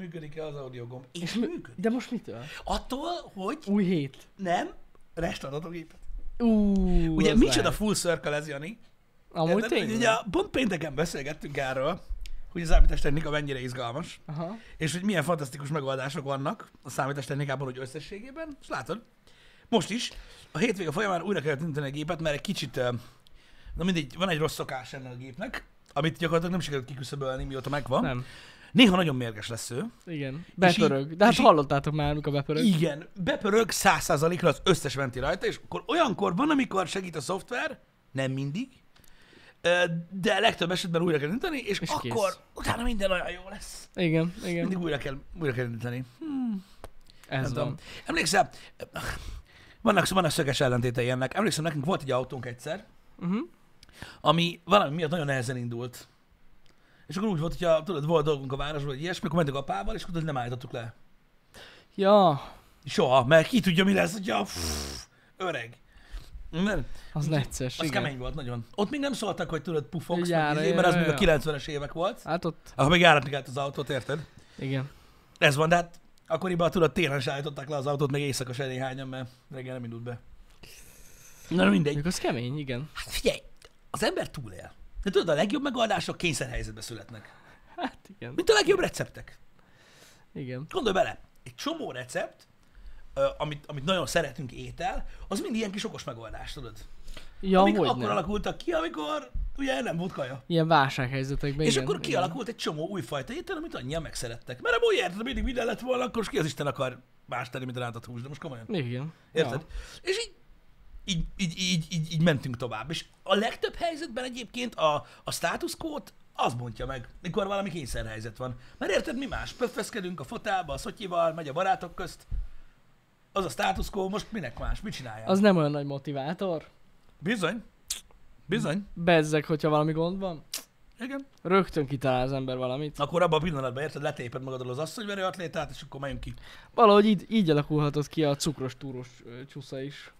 működik-e az audiogomb. És működik. De most mitől? Attól, hogy Új hét. nem restartod a gépet. Ugye micsoda full circle ez, Jani? Amúgy tényleg? Ugye pont pénteken beszélgettünk erről, hogy a számítástechnika mennyire izgalmas, Aha. és hogy milyen fantasztikus megoldások vannak a számítástechnikában, hogy összességében, és látod, most is, a hétvége folyamán újra kellett indítani a gépet, mert egy kicsit, na mindegy, van egy rossz szokás ennek a gépnek, amit gyakorlatilag nem sikerült kiküszöbölni, mióta megvan. Nem. Néha nagyon mérges lesz ő. Igen. Bepörög. De hát hallottátok már, amikor bepörög. Igen, bepörög 100%-ra az összes venti rajta, és akkor olyankor van, amikor segít a szoftver, nem mindig, de legtöbb esetben újra kell indítani, és akkor kész. Utána minden olyan jó lesz. Igen. Mindig újra kell indítani. Ez van. Emlékszel, vannak szöges ellentétei ennek. Emlékszem, nekünk volt egy autónk egyszer, ami valami miatt nagyon nehezen indult. És akkor úgy volt, hogyha tudod, volt dolgunk a városban, vagy ilyesmi, akkor mentünk apával, és akkor nem állítottuk le. Ja. Soha, mert ki tudja, mi lesz, hogyha öreg. Az necces, az igen. kemény volt nagyon. Ott még nem szóltak, hogy tudod, pufogsz, mert az még a 90-es évek volt. Hát ott... Ahol még járatni kellett az autót, érted? Igen. Ez van, de hát akkoriban tudod, télen se állították le az autót, meg éjszaka se néhányan, mert reggel nem indult be. Na mindegy. Még az kemény, igen. Hát figyelj, az ember túlél. De tudod, a legjobb megoldások kényszerhelyzetben születnek. Hát igen. Mint a legjobb receptek. Igen. Gondolj bele, egy csomó recept, amit nagyon szeretünk étel, az mind ilyen kis okos megoldás, tudod? Ja, amik hogy akkor nem. alakultak ki, amikor ugye nem volt kaja. Ilyen válsághelyzetekben, És igen. akkor kialakult egy csomó újfajta étel, amit annyian megszerettek. Mert amúgy érted, mindig minden lett volna, akkor ki az Isten akar más tenni, mint a rántott hús, de most komolyan. Igen. Érted? Ja. És így mentünk tovább. És a legtöbb helyzetben egyébként a status quo-t az mondja meg, mikor valami kényszerhelyzet van. Mert érted, mi más? Pöffeszkedünk a fotába, a szotyival, megy a barátok közt. Az a status quo, most minek más? Mit csináljál? Az nem olyan nagy motivátor. Bizony. Bizony. Bezzeg, hogyha valami gond van. Igen. Rögtön kitalál az ember valamit. Akkor abban a pillanatban, érted, letéped magadról az asszonyverő atlétát, és akkor megyünk ki. Valahogy így alakulhatott ki a cukros túros csúsza is.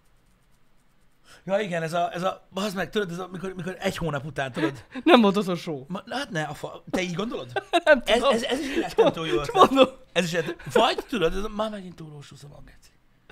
Ja igen, ez a bazd meg, tudod, mikor egy hónap után, tudod. Nem volt az a show. Hát ne, te így gondolod? Nem tudom. Ez is életmentő jó ötlet. Mondom. Ez is vagy, tudod, már megint túlós úszom a geci.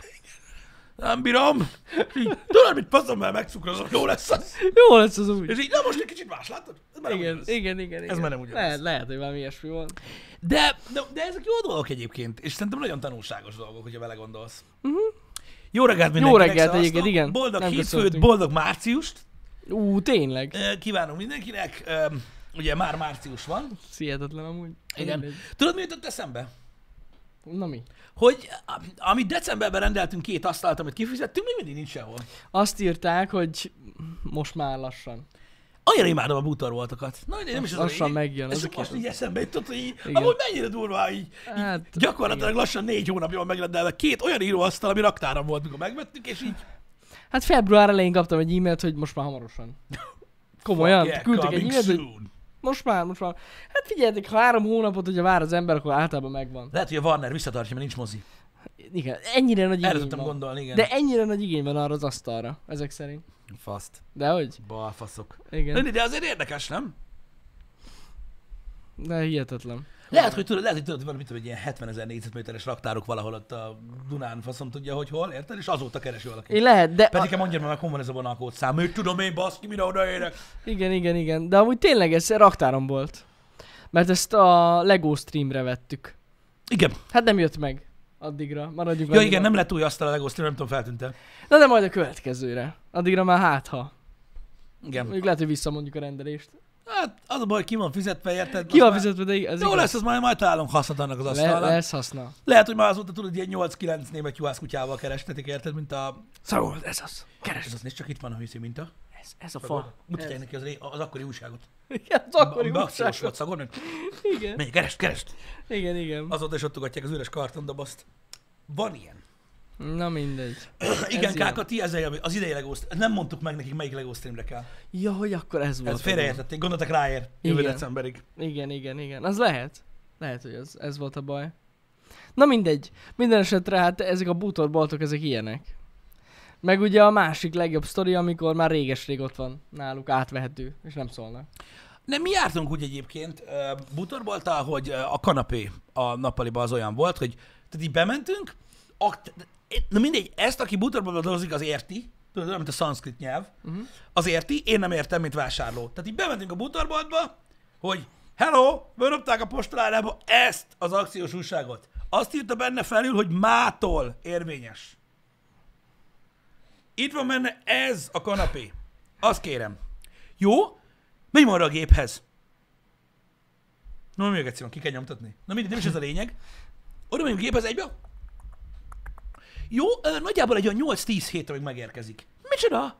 Nem bírom. Így, tudod, mit passzom, megcukrozom, jó lesz az. Jó lesz az úgy. És így, na most egy kicsit más, látod? Ez már Igen. Ez már nem ugyanaz. Lehet, hogy valami ilyesmi van. De ezek jó dolgok egyébként, és szerintem nagyon tanulságos dolgok, hogyha vele gondolsz. Jó reggelt mindenkinek, Jó reggelt szevasztok. egyébként, igen. Boldog Nem hétfőt, köszöntünk. boldog márciust. Tényleg. Kívánunk mindenkinek. Ugye már március van. Hihetetlen amúgy. Igen. Mindegy. Tudod, mi jutott eszembe? Na mi? Hogy amit decemberben rendeltünk 2 asztalt, amit kifizettünk, még mindig nincs sehol. Azt írták, hogy most már lassan. Annyira imádom a bútorvoltokat. Na, de nem is az a Lassan lényeg. megjön. Ez az csak a most kérdés. így eszembe jutott, hogy így, Igen. amúgy mennyire durva, így Hát, gyakorlatilag igen. lassan 4 hónapja van megrendelve 2 olyan íróasztal, ami raktáram volt, mikor megvettük, és így... Hát február elején kaptam egy e-mailt, hogy most már hamarosan. Komolyan? Yeah, Küldtek egy coming e-mailt, hogy soon. most már. Hát figyeljetek, ha 3 hónapot, hogyha vár az ember, akkor általában megvan. Lehet, hogy a Warner visszatartja, mert nincs mozi. Igen, ennyire nagy Erre igény tudtam van. gondolni, igen. De ennyire nagy igény van arra az asztalra, ezek szerint. Faszt. Dehogy? Balfaszok. Igen. De azért érdekes, nem? De hihetetlen. Lehet, hogy tudod, van, mit tudom, egy ilyen 70 000 négyzetméteres raktárok valahol ott a Dunán, faszom tudja, hogy hol, érted? És azóta keresi valaki. Én lehet, de... Pedig mondjam meg, hol van ez a vonalkódszám. Mit tudom én, baszki, mire odaérek? Igen. De amúgy tényleg ez raktárom volt. Mert ezt a Lego streamre vettük. Igen. Hát nem jött meg addigra. Maradjunk Ja, annyiban. igen, nem lett új asztal a Lego Stream, nem tudom, feltűnt-e. Na de majd a következőre. Addigra már hátha. Igen. Mondjuk lehet, hogy visszamondjuk a rendelést. Hát az a baj, ki van fizetve, érted? Ki Az van már- fizetve, de ez Jó igaz. lesz, az majd találunk hasznot annak az asztalnak. Lesz haszna. Lehet, hogy már azóta tudod, ilyen 8-9 német juhász kutyával kerestetik, érted, mint a... Szagold, ez az. Ez Keresd. az, nézd csak itt van a hűszű minta. Ez a fa. Mutatják neki az akkori újságot. Igen, az akkori Amiben akciós újság. volt, szagolni. Igen. Menj, keresd! Igen. Azóta is ottogatják az üres kartondobozt. Van ilyen. Na mindegy. Igen, Ez Káka, ti az idei Lego Stream. Nem mondtuk meg nekik, melyik Lego Streamre kell. Ja, hogy akkor ez volt. Ez félreértették, gondoltak ráér jövő Igen. decemberig. Igen. Az lehet. Lehet, hogy ez volt a baj. Na mindegy. Minden esetre hát ezek a bútorboltok, ezek ilyenek. Meg ugye a másik legjobb sztori, amikor már réges-rég ott van náluk átvehető, és nem szólnak. Nem, mi jártunk úgy egyébként bútorbolttal, hogy a kanapé a nappaliban az olyan volt, hogy tehát így bementünk, na mindegy, ezt, aki bútorboltban dolgozik, az érti, tudod, olyan, mint a szanszkrit nyelv, az érti, én nem értem, mint vásárló. Tehát így bementünk a bútorboltba, hogy hello, bedobták a postaládába ezt az akciós újságot. Azt írta benne felül, hogy mától érvényes. Itt van benne ez a kanapé. Azt kérem. Jó? Menj arra a géphez. No, még egyszer ki kell nyomtatni. Na mindegy, nem is ez a lényeg. Oda megyünk a géphez egybe. Jó, nagyjából egy olyan 8-10 hét, amíg megérkezik. Micsoda?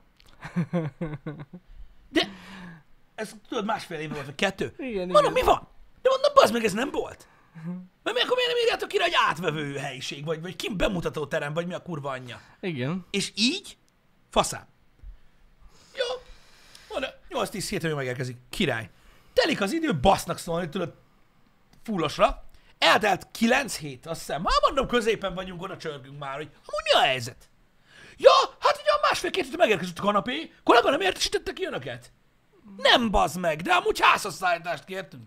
De ez tudod, másfél éve volt, vagy 2. Igen, Mondom, igen. mi van? De mondom, bazd meg, ez nem volt. Mert akkor miért nem írjátok ki, hogy átvevő helyiség, vagy ki bemutató terem, vagy mi a kurva anyja. Igen. És így, faszám. Jó, mondom, 8-10 hét, amíg megérkezik. Király. Telik az idő, basznak szólni, tudod, fullosra. Eltelt 9 hét, azt hiszem. Már mondom, középen vagyunk, oda csörgünk már, hogy amúgy mi a helyzet? Ja, hát ugye a másfél-két hétre megérkezett a kanapé, kollega nem értesítette ki önöket? Nem bazd meg, de amúgy házasszállítást kértünk.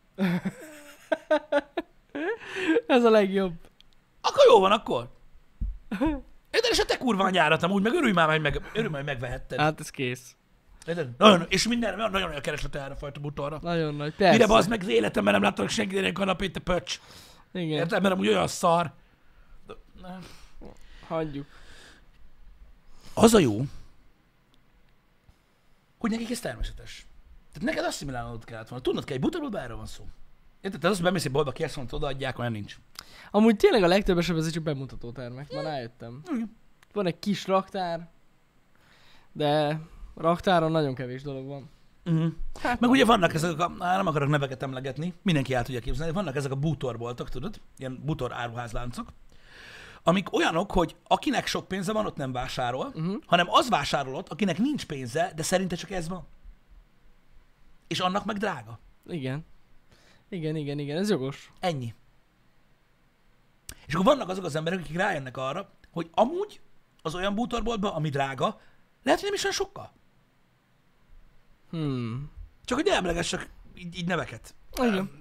Ez a legjobb. Akkor jó van, akkor. Érted, és a te kurva anyárat amúgy, meg örülj már, hogy megvehetted. Hát ez kész. Érted? Nagyon, és minden, nagyon nagy kereslete erre a fajta bútorra. Nagyon nagy. Persze. Mire bazd meg az életemben nem láttam senki egy kanapét, te pöcs. Igen. Érted? Mert amúgy olyan szar. Hagyjuk. Az a jó, hogy nekik ez természetes. Tehát neked asszimilálnod kellett volna. Tudnod kell, egy bútorboltban erről van szó. Érted? Tehát az, hogy bemész egy boltba, kérsz valamit, odaadják, olyan nincs. Amúgy tényleg a legtöbb esetben ez csak bemutató termek. Már rájöttem. Igen. Van egy kis raktár, de raktáron nagyon kevés dolog van. Uh-huh. Hát, Meg ugye vannak ezek a, nem akarok neveket emlegetni, mindenki el tudja képzelni, vannak ezek a bútorboltok, tudod? Ilyen bútor áruházláncok, amik olyanok, hogy akinek sok pénze van, ott nem vásárol, hanem az vásárol ott, akinek nincs pénze, de szerinte csak ez van. És annak meg drága. Igen. Igen, ez jogos. Ennyi. És akkor vannak azok az emberek, akik rájönnek arra, hogy amúgy az olyan bútorboltban, ami drága, lehet, hogy nem is olyan sokkal. Csak hogy ne emlegessek így neveket. Igen.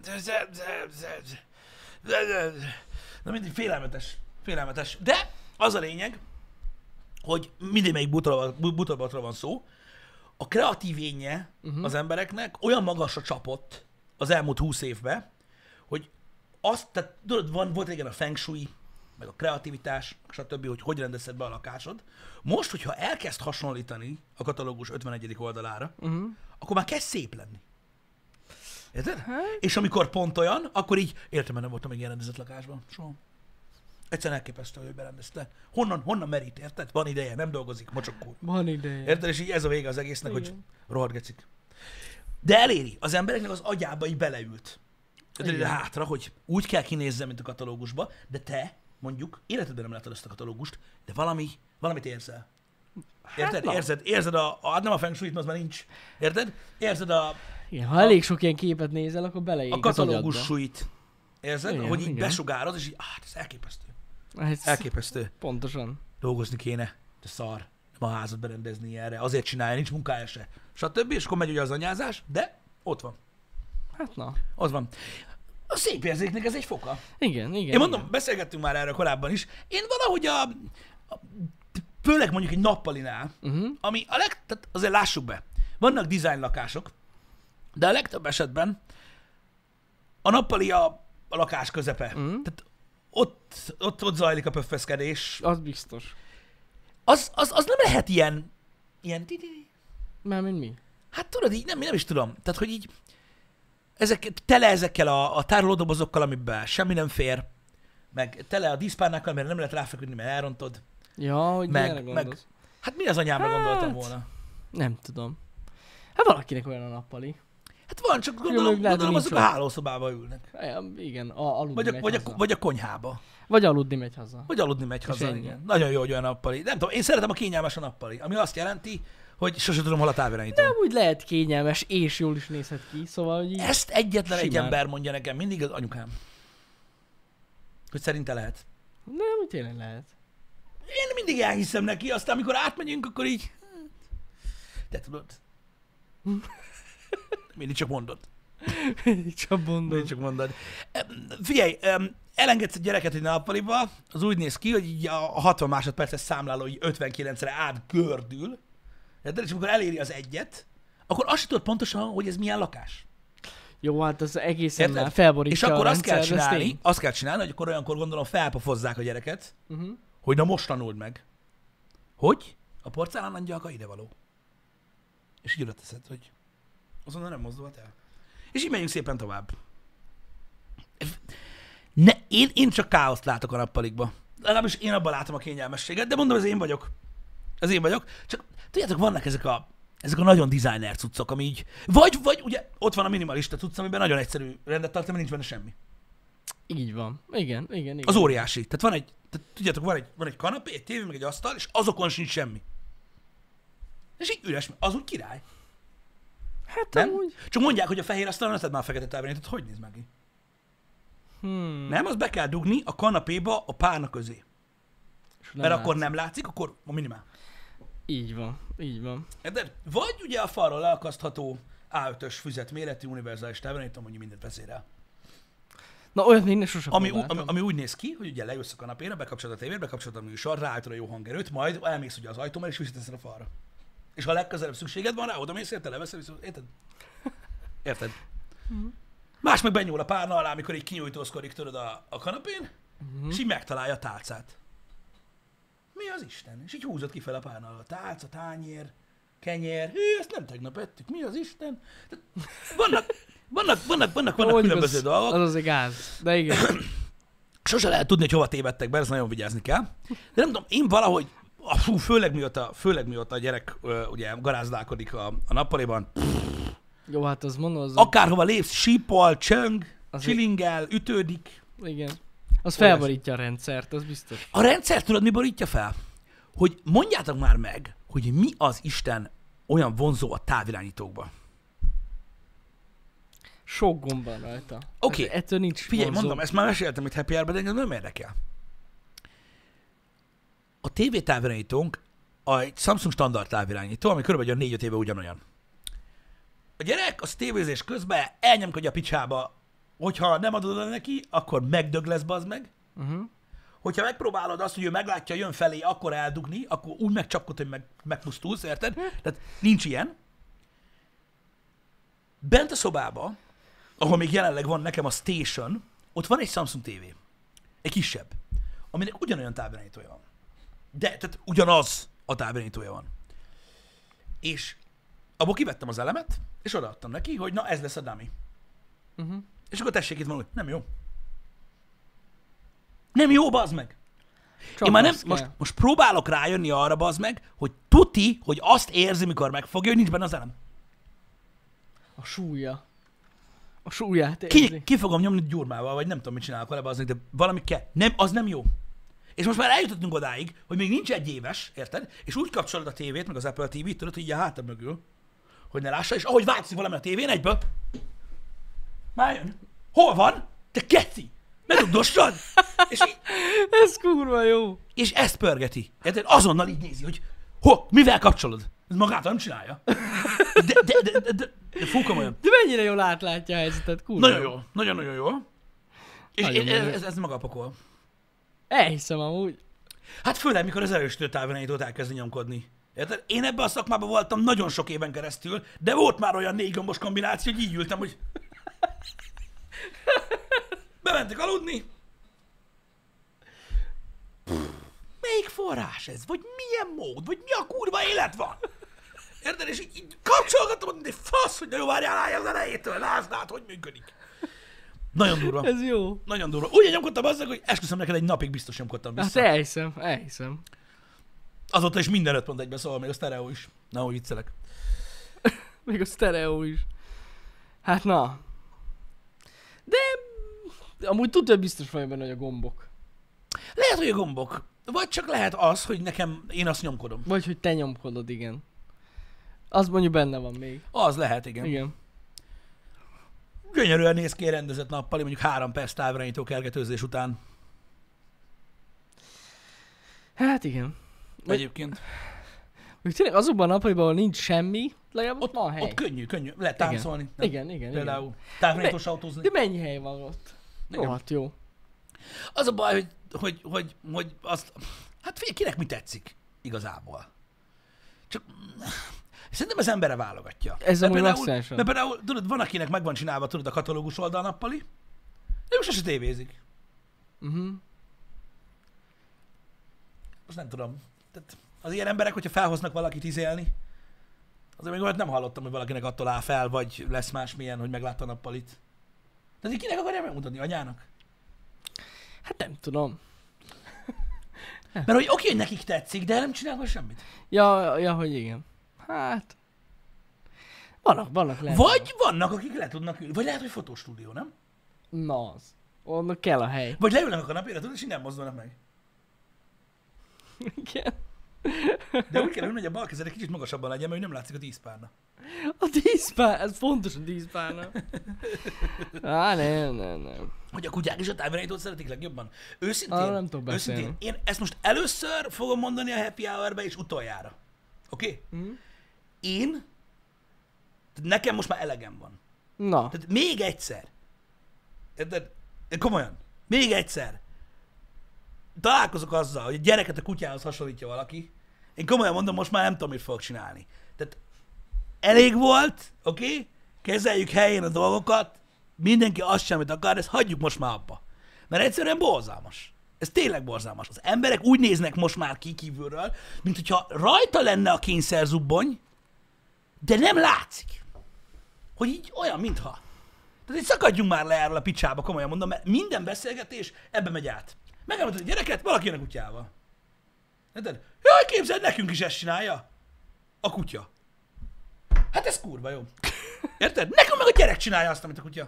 Na mindig félelmetes. De az a lényeg, hogy mindegyik bútorboltról van szó, a kreatív énje az embereknek olyan magasra csapott az elmúlt 20 évben, hogy azt, tehát tudod, volt régen a feng shui, meg a kreativitás, stb., hogy rendezed be a lakásod. Most, hogyha elkezd hasonlítani a katalógus 51. oldalára, akkor már kezd szép lenni. Érted? És amikor pont olyan, akkor így, értem, mert nem voltam még ilyen rendezett lakásban. Soha. Egyszerűen elképesztő, hogy berendezte. Honnan merít, érted? Van ideje, nem dolgozik, mocsokkúr. Van ideje. Érted? És így ez a vége az egésznek, Igen. hogy rohadt gecik. De eléri. Az embereknek az agyába így beleült. De hátra, hogy úgy kell kinézzen, mint a katalógusba, de te, mondjuk, életedben nem látod ezt a katalógust, de valamit érzel. Érted? na. Érzed hát nem a feng shui-t, az már nincs. Érted? Érzed Igen, ha elég sok ilyen képet nézel, akkor beleég a az katalógus agyadba. sui-t. Érzed? Igen, Hogy így igen. besugárod, és így, ez elképesztő. Ez Elképesztő. pontosan. Dolgozni kéne. De szar. Nem a házat berendezni erre. Azért csinálja, nincs munkája se. Stb. És akkor megy ugye az anyázás, de ott van. Hát na. Az van. A szép érzéknek ez egy foka. Igen. Én mondom, beszélgettünk már erről korábban is. Én valahogy főleg mondjuk egy nappalinál, ami tehát azért lássuk be, vannak design lakások, de a legtöbb esetben a nappali a lakás közepe. Tehát ott zajlik a pöffeszkedés. Az biztos. Az nem lehet ilyen Mármint mi? hát tudod, így nem is tudom. Tehát, hogy így tele ezekkel a tárolódobozokkal, amiben semmi nem fér, meg tele a díszpárnákkal, mert nem lehet ráfeküdni, mert elrontod. Ja, hogy ilyenre gondolsz. Hát mi az anyámra gondoltam volna? Nem tudom. Hát valakinek olyan a nappali. Hát van, csak lehet, gondolom hogy azok a nincs hálószobába ülnek. Ja, igen, aludni megy haza. Vagy a konyhába. Vagy aludni megy haza. Vagy aludni megy haza, ennyi. igen. Nagyon jó, hogy olyan nappali. Nem tudom, én szeretem a kényelmes a nappali, ami azt jelenti, hogy sose tudom, hol a távirányító. De úgy lehet kényelmes, és jól is nézhet ki, szóval, hogy így... Ezt egyetlen egy simán. ember mondja nekem, mindig az anyukám. Hogy szerinte lehet. Nem, úgy tényleg lehet. Én mindig elhiszem neki, aztán amikor átmegyünk, akkor így... Te tudod. Mindig csak mondod. Csak mondom. Mindig csak mondod. Figyelj, elengedsz egy gyereket egy nappaliba, az úgy néz ki, hogy így a 60 másodperces számláló így 59-re átgördül, de és amikor eléri az egyet, akkor azt sem tudod pontosan, hogy ez milyen lakás. Jó, hát az egészen Érted? már felborítja És akkor a azt kell rendszer, ez csinálni, tény. azt kell csinálni, hogy akkor olyankor gondolom felpofozzák a gyereket, hogy na most tanuld meg. Hogy? A porcelán angyalka idevaló. És így oda teszed, hogy azonnal nem mozdulhat el. És így megyünk szépen tovább. Én csak káoszt látok a nappalikba. Legalábbis én abban látom a kényelmességet, de mondom, ez én vagyok. Ez én vagyok. Csak tudjátok, vannak ezek a nagyon designer cuccok, ami így... Vagy ugye ott van a minimalista cucc, amiben nagyon egyszerű rendet tartani, nincs benne semmi. Így van. Igen. Az óriási. Tehát tudjátok, van egy kanapé, egy tévé, meg egy asztal, és azokon sincs semmi. És így üres, az úgy király. Hát Nem? amúgy. Csak mondják, hogy a fehér asztalon ne tedd már a fekete távirányítót, hogy néz meg ki? Nem, az be kell dugni a kanapéba a párna közé. Mert akkor nem látszik, akkor a minimál. Így van. De vagy ugye a falról leakasztható A5-ös füzet méretű univerzális távirányító, mondjuk mindent vezérel. Na, olyat még sosem Ami úgy néz ki, hogy ugye lejössz a kanapéra, bekapcsolod a tévét, bekapcsolod a műsor, ráállítod a jó hangerőt, majd elmész ugye az ajtón, és visszateszed a falra. És ha legközelebb szükséged van rá, oda mész, érted, leveszed, viszont, érted? Más meg benyúl a párna alá, amikor így kinyújtózkodik tudod a kanapén, és így megtalálja a tálcát. Mi az Isten? És így húzod ki fel a párna alá. Tálca, tányér, kenyer. Ezt nem tegnap ettük. Mi az Isten? Vannak különböző dolgok. Az azért gáz. De igen. Sose lehet tudni, hogy hova tévedtek be, ez nagyon vigyázni kell. De nem tudom, én valahogy, főleg mióta a gyerek ugye garázdálkodik a nappaliban, Jó, hát az mondom, az... akárhova lépsz, sípol, csöng, csilingel, ütődik. Igen. Az felborítja a rendszert, az biztos. A rendszer tudod, mi borítja fel? Hogy mondjátok már meg, hogy mi az Isten olyan vonzó a távirányítókban. Sok gomb van rajta. Oké. Ettől nincs Figyelj, vonzó. mondom, ezt már meséltem itt Happy Hour-ben, de engem nem érdekel. A TV távirányítónk egy Samsung standard távirányító, ami körülbelül 4-5 éve ugyanolyan. A gyerek az tévézés közben elnyomkodja a picsába, hogyha nem adod oda neki, akkor megdög lesz, bazd meg. Hogyha megpróbálod azt, hogy ő meglátja, jön felé, akkor eldugni, akkor úgy megcsapkod, hogy megpusztulsz, érted? Tehát nincs ilyen. Bent a szobába, ahol még jelenleg van nekem a Station, ott van egy Samsung TV. Egy kisebb, aminek ugyanolyan távirányítója van. De, tehát ugyanaz a távirányítója van. És abból kivettem az elemet, és odaadtam neki, hogy na ez lesz a dummy. És akkor tessék itt mondani, nem jó. Nem jó, bazd meg. Csak Én már nem, azt most próbálok rájönni arra, bazd meg, hogy tuti, hogy azt érzi, mikor megfogja, hogy nincs benne az elem. A súlya. A súlyát érzi. Ki fogom nyomni gyurmával, vagy nem tudom, mit csinálok vele, bazd meg, de valami kell. Nem, az nem jó. És most már eljutottunk odáig, hogy még nincs egy éves, érted? És úgy kapcsolod a tévét, meg az Apple TV-t, tudod, hogy így a hátad mögül, hogy ne lássa, és ahogy változik valami a tévén, egyből már jön. Hol van? Te keci! Megugdossad! És, Ez kurva jó. és ezt pörgeti. Érted? Azonnal így nézi, hogy mivel kapcsolod? Ez magától nem csinálja. De fú, komolyan. De mennyire jól átlátja a helyzetet, kurva. Nagyon jó. Nagyon-nagyon jó. És ez maga pakol. Elhiszem amúgy. Hát főleg, mikor az erősítő távirányítót elkezdi nyomkodni. Érted? Én ebben a szakmában voltam nagyon sok éven keresztül, de volt már olyan 4 gombos kombináció, hogy így ültem, hogy bementek aludni. Melyik forrás ez? Vagy milyen mód? Vagy mi a kurva élet van? Érted? És így kapcsolgattam, hogy fasz, hogy na jó, várjál, állj az elejétől, lásd át, hogy működik. Nagyon durva. Ez jó. Nagyon durva. Úgy nyomkodtam azzal, hogy esküszöm neked, egy napig biztos nyomkodtam vissza. Hát elhiszem. Azóta is minden 5.1-ben szól, még a sztereó is. Na, hogy viccelek. Még a sztereó is. Hát na. De amúgy tudja, biztos vagy benne, hogy a gombok. Lehet, hogy a gombok. Vagy csak lehet az, hogy én azt nyomkodom. Vagy hogy te nyomkodod, igen. Az mondjuk benne van még. Az lehet, igen. Igen. Gyönyörűen néz ki egy rendezett nappali, mondjuk 3 perc távirányító kergetőzés után. Hát igen. Egyébként. Még tényleg azokban a nappaliban, ahol nincs semmi, legalább ott van hely. Ott könnyű. Lehet táncolni. Nem? Igen. Például távirányítós autózni. De mennyi hely van ott? Igen. Rohadt jó. Az a baj, hogy azt... Hát figyelj, kinek mi tetszik igazából. Csak... Szerintem az emberre válogatja. Ez amúgy maximálisan. Mert például, tudod, van akinek meg van csinálva, tudod, a katalógus oldal nappali, de most se tévézik. Most nem tudom. Tehát az ilyen emberek, hogyha felhoznak valakit izélni, azért még olyat nem hallottam, hogy valakinek attól áll fel, vagy lesz másmilyen, hogy meglátta a nappalit. Tehát így kinek akarja megmutatni? Anyának? Hát nem tudom. Mert hogy oké, hogy nekik tetszik, de nem csinálnak semmit. Ja, hogy igen. Hát... Vannak lehet. Vagy vannak, akik le tudnak ülni. Vagy lehet, hogy fotostúdió, nem? Na az. Onnak kell a hely. Vagy leülnek a kanapére, tudod, és így nem mozdulnak meg. Igen. De úgy kell ülni, hogy a bal kezed egy kicsit magasabban legyen, mert nem látszik a 10 párna. A 10 pár, ez fontos a 10 párna. Nem. Hogy a kutyák is a távirányítót szeretik legjobban. Arra nem tudok beszélni. Őszintén, én ezt most először fogom mondani a Happy Hour-be, és utoljára. Oké? Nekem most már elegem van. Na. Tehát még egyszer. Érted? Komolyan. Még egyszer. Találkozok azzal, hogy a gyereket a kutyához hasonlítja valaki. Én komolyan mondom, most már nem tudom, mit fogok csinálni. Tehát elég volt, oké? Kezeljük helyén a dolgokat. Mindenki azt sem, amit akar, ezt hagyjuk most már abba. Mert egyszerűen borzalmas. Ez tényleg borzalmas. Az emberek úgy néznek most már ki kívülről, mint hogyha rajta lenne a kényszerzubbony, de nem látszik. Hogy így olyan, mintha. Tehát így szakadjunk már le erről a picsába, komolyan mondom, mert minden beszélgetés ebbe megy át. Megemlített a gyereket, valaki jön a kutyával. Érted? Jaj, képzeld, nekünk is ezt csinálja. A kutya. Hát ez kurva jó. Érted? Nekünk meg a gyerek csinálja azt, amit a kutya.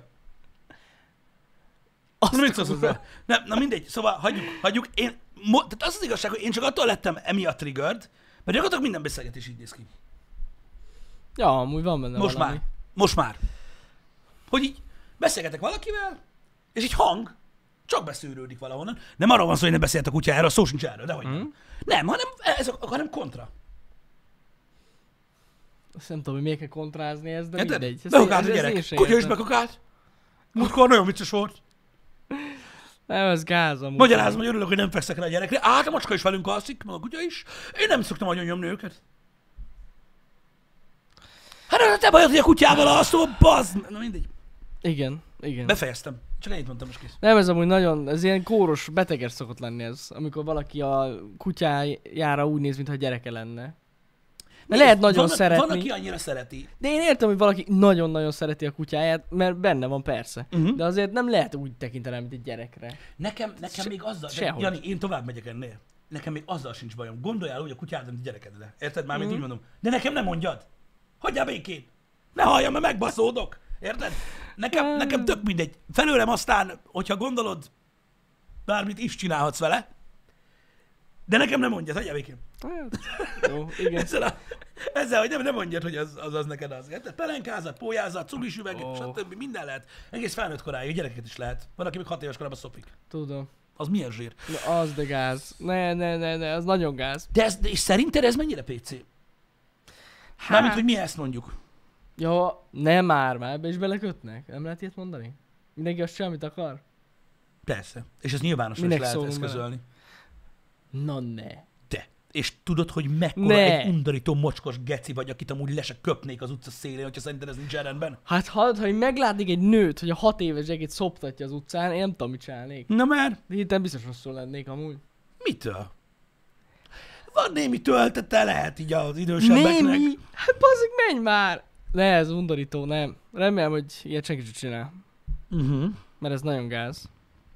Na, mit szólsz hozzá? Na mindegy, szóval hagyjuk. Tehát az az igazság, hogy én csak attól lettem emiatt triggered, mert gyakorlatilag minden beszélgetés így néz ki. Ja, amúgy van benne valami. Most már. Hogy így beszélgetek valakivel, és így hang csak beszűrődik valahonnan. Nem arról van szó, hogy nem beszélt a kutyáról, szó sincs erről, dehogy nem. Nem, hanem kontra. Azt nem tudom, hogy miért kell kontrázni ezt, de Érted? mindegy. Bekakált a gyerek. Kutya is bekakált. Múltkor nagyon vicces volt. Nem, ez gáz amúgy. Magyarázom, hogy örülök, hogy nem fekszek rá a gyerekre. A macska is velünk alszik, meg a kutya is. Én nem szoktam nagyon nyomni őket. Hát te bajod, hogy a kutyával alszol, bazd! Na mindegy. Igen. Befejeztem. Csak ennyit mondtam, most kész. Nem, ez amúgy nagyon, ez ilyen kóros, beteges szokott lenni ez, amikor valaki a kutyájára úgy néz, mintha gyereke lenne. De lehet nagyon szeretni. Van, aki annyira szereti. De én értem, hogy valaki nagyon-nagyon szereti a kutyáját, mert benne van persze. De azért nem lehet úgy tekinteni, mint egy gyerekre. Nekem még azzal... Jani, én tovább megyek ennél. Nekem még azzal sincs bajom. Gondoljál úgy a kutyád, mint a gyerekedre. Érted? Mármint úgy mondom. De nekem nem mondjad. Hagyjál békén. Ne halljam, mert megbaszódok. Érted? Nekem tök mindegy. Felőlem aztán, hogyha gondolod, bármit is csinálhatsz vele, de nekem nem mondjad, hagyjál békén. Jó, igen. Ezzel, hogy nem mondjad, hogy az neked az. Érted? Pelenkázat, pólyázat, cugis üveg, stb. Minden lehet. Egész felnőtt koráig, gyereket is lehet. Van, aki még 6 éves korában szopik. Tudom. Az milyen zsír? Na, az de gáz. Ne, az nagyon gáz. De és szerinted ez mennyire PC? Mármint, hogy mi ezt mondjuk. Ja, nem már ebbe is belekötnek? Nem lehet ilyet mondani? Mindenki azt csinál, amit akar? Persze. És ez nyilvánosan is lehet eszközölni. Na ne. De. És tudod, hogy mekkora egy undorító mocskos geci vagy, akit amúgy le se köpnék az utca szélén, hogyha szerinted ez nincs rendben? Hát ha meglátnék egy nőt, hogy a 6 éves gyereket szoptatja az utcán, én nem tudom, mit csinálnék. Na már? De hirtelen biztos rosszul lennék amúgy. Mitől? Van némi töltete, lehet így az idősebbeknek. Némi? Hát bazzik, menj már! Ne, ez undorító, nem. Remélem, hogy ilyet senki sem csinál. Mert ez nagyon gáz.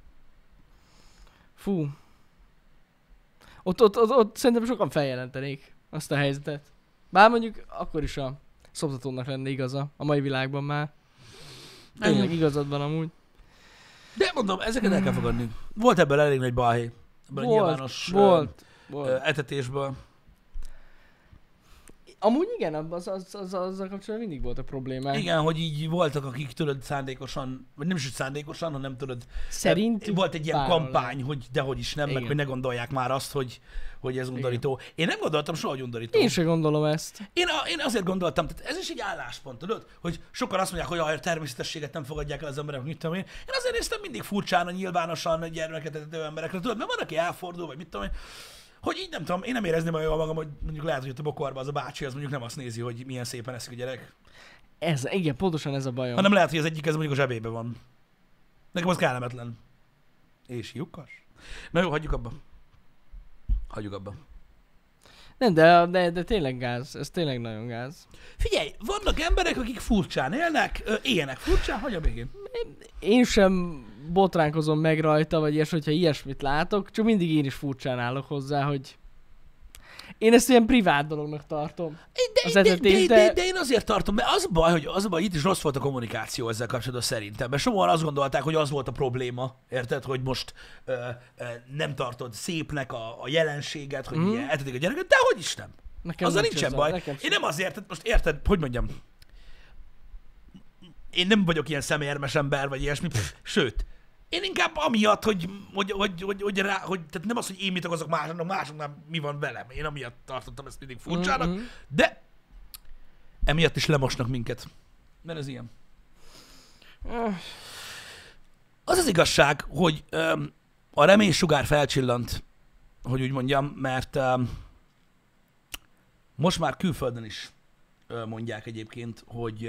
Fú. Ott szerintem sokan feljelentenék azt a helyzetet. Bár mondjuk akkor is a szoptatónak lenne igaza. A mai világban már. Tényleg igazad van amúgy. De mondom, ezeket el kell fogadni. Volt ebből elég nagy balhé. Ebből a nyilvános volt. etetésből. Amúgy igen, azzal kapcsolatban mindig voltak problémák. Igen, hogy így voltak, akik tudod szándékosan, vagy nem is hogy szándékosan, hanem tudod, Szerintük volt egy ilyen bárhol kampány, hogy dehogy is nem, meg Igen. hogy ne gondolják már azt, hogy ez undorító. Én nem gondoltam soha, hogy undorító. Én sem gondolom ezt. Én azért gondoltam, tehát ez is egy álláspont, tudod, hogy sokan azt mondják, hogy a természetességet nem fogadják el az emberek, mit tudom én. Én azért néztem mindig furcsán a nyilvánosan gyermeket etető emberekre, tudod, mert van, aki elfordul, vagy mit tudom én, hogy így nem tudom, én nem érezném olyan jól magam, hogy mondjuk lehet, hogy ott a bokorba az a bácsi, az mondjuk nem azt nézi, hogy milyen szépen eszik a gyerek, Igen, pontosan ez a bajom. hanem lehet, hogy az egyik ez mondjuk a zsebébe van. Nekem az kellemetlen. És lyukas. Na jó, hagyjuk abba. Hagyjuk abba. Nem, de tényleg gáz. Ez tényleg nagyon gáz. Figyelj, vannak emberek, akik furcsán élnek, éljenek furcsán, hagyja végén. Én sem botránkozom meg rajta, vagy ilyes, hogyha ilyesmit látok, csak mindig én is furcsán állok hozzá, hogy én ezt ilyen privát dolognak tartom. Az etetést, De én azért tartom, mert az a baj, itt is rossz volt a kommunikáció ezzel kapcsolatban szerintem, mert sokan azt gondolták, hogy az volt a probléma, érted, hogy most nem tartod szépnek a jelenséget, hogy ilyen etetik a gyereket, de hogy is nem. Nekem Azzal nincs nincsen ezzel, baj. nekem Én nem azért, tehát most érted, hogy mondjam, én nem vagyok ilyen szemérmes ember, vagy ilyesmi, sőt, én inkább amiatt, hogy tehát nem az, hogy én mit okozok másoknak mi van velem. Én amiatt tartottam ezt mindig furcsának, de emiatt is lemosnak minket. Mert ez ilyen. Az az igazság, hogy a reménysugár felcsillant, hogy úgy mondjam, mert most már külföldön is mondják egyébként, hogy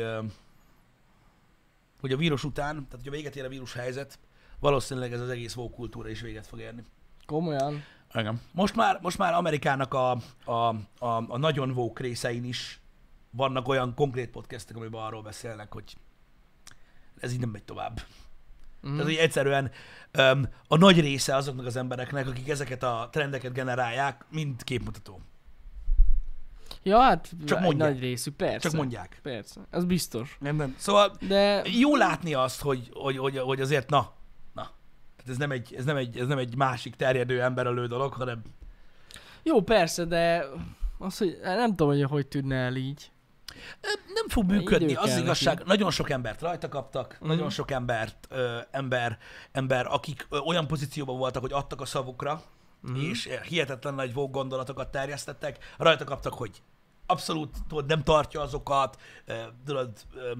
a vírus után, tehát hogy a véget ér a vírus helyzet, valószínűleg ez az egész woke kultúra is véget fog érni. Komolyan? Igen. Most már Amerikának a nagyon woke részein is vannak olyan konkrét podcastek, amiben arról beszélnek, hogy ez így nem megy tovább. Tehát, hogy egyszerűen a nagy része azoknak az embereknek, akik ezeket a trendeket generálják, mind képmutató. Ja, hát Csak egy mondják. nagy részük, persze. Csak mondják. Persze, az biztos. Nem. Szóval De jó látni azt, hogy azért na. Tehát ez nem egy másik terjedő emberölő dolog, hanem jó, persze, de az, hogy nem tudom, hogy tűnne el így. nem fog működni. Idő Az kell igazság, neki. nagyon sok embert rajta kaptak, nagyon sok ember, akik olyan pozícióban voltak, hogy adtak a szavukra, és hihetetlen nagy woke gondolatokat terjesztettek, rajta kaptak, hogy abszolút tudod, nem tartja azokat, tudod,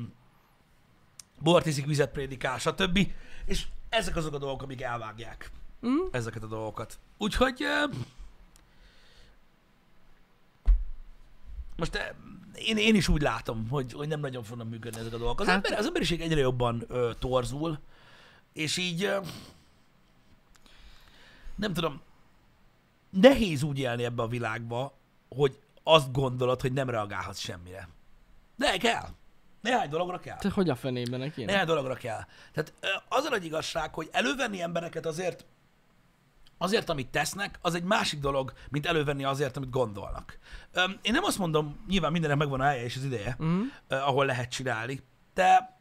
bort iszik, vizet prédikál, stb. És ezek azok a dolgok, amik elvágják ezeket a dolgokat. Úgyhogy most én is úgy látom, hogy nem nagyon fognak működni ezek a dolgok. Az emberiség egyre jobban torzul, és így nem tudom, nehéz úgy élni ebbe a világba, hogy azt gondolod, hogy nem reagálhatsz semmire. De kell. Néhány dologra kell. Te hogy a fenében neki? Néhány dologra kell. Tehát az a nagy igazság, hogy elővenni embereket azért, amit tesznek, az egy másik dolog, mint elővenni azért, amit gondolnak. Én nem azt mondom, nyilván mindennek megvan a helye és az ideje, ahol lehet csinálni, de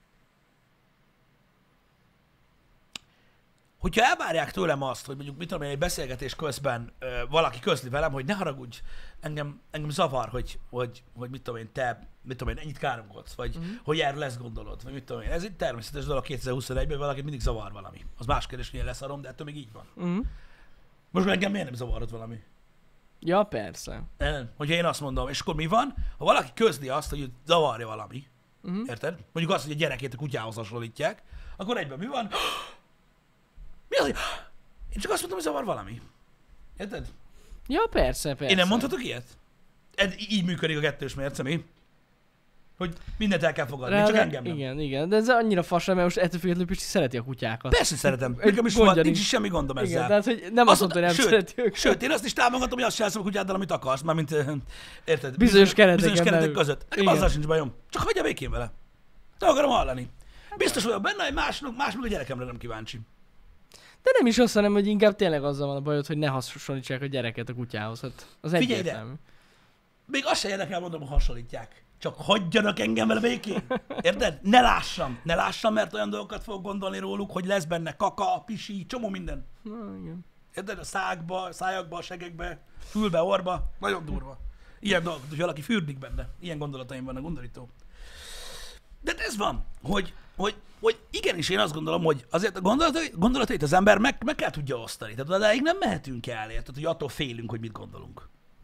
hogyha elvárják tőlem azt, hogy mondjuk, mit tudom én, egy beszélgetés közben valaki közli velem, hogy ne haragudj, engem zavar, hogy mit tudom én, mit tudom én, ennyit káromkodsz, vagy hogy erről lesz gondolod, vagy mit tudom én. Ez egy természetes dolog 2021-ben, valaki mindig zavar valami. Az más kérdés, hogy én leszarom, de ettől még így van. Most engem miért nem zavarod valami? Ja, persze. Nem. Hogyha én azt mondom, és akkor mi van? Ha valaki közli azt, hogy zavarja valami, érted? Mondjuk azt, hogy a gyerekét a kutyához hasonlítják, akkor egyben mi van? Mi az, hogy én csak azt mondtam, hogy zavar valami. Érted? Ja, persze. Én nem mondhatok ilyet? Így működik a kettős mérce, mi? Hogy mindent el kell fogadni, csak engem nem. Igen, de ez annyira fasra, mert most ettől függetlenül Pisti szereti a kutyákat. Persze szeretem. Nekem is volt, nincs is semmi gondom ezzel. Igen, tehát hogy nem azt mondta, hogy nem szereti őket. Sőt, én azt is támogatom, hogy azt csinálsz a kutyáddal, amit akarsz, mármint, érted? Bizonyos keretek keretek között. Nekem azzal sincs bajom. Csak hagyja békén vele. Nem akarom hallani. Biztos vagyok benne, hogy másnak a gyerekemre nem kíváncsi. De nem is azt, hanem, hogy inkább tényleg azzal van a bajod, hogy ne hasonlítsák a gyereket a kutyához. Hát az egyértelmű. Még azt se érdekel, mondom, hogy hasonlítják. Csak hagyjanak engem vele békén. Érted? Ne lássam, mert olyan dolgokat fogok gondolni róluk, hogy lesz benne kaka, pisi, csomó minden. Na, igen. Érted? A szájakba, a segekbe, fülbe, orba. Nagyon durva. ilyen dolgot, hogy valaki fürdik benne. Ilyen gondolataim vannak, undorító. De ez van, hogy igenis én azt gondolom, hogy azért a gondolatait az ember meg kell tudja osztani. Tehát odáig nem mehetünk el, érted, hogy attól félünk, hogy mit gondolunk.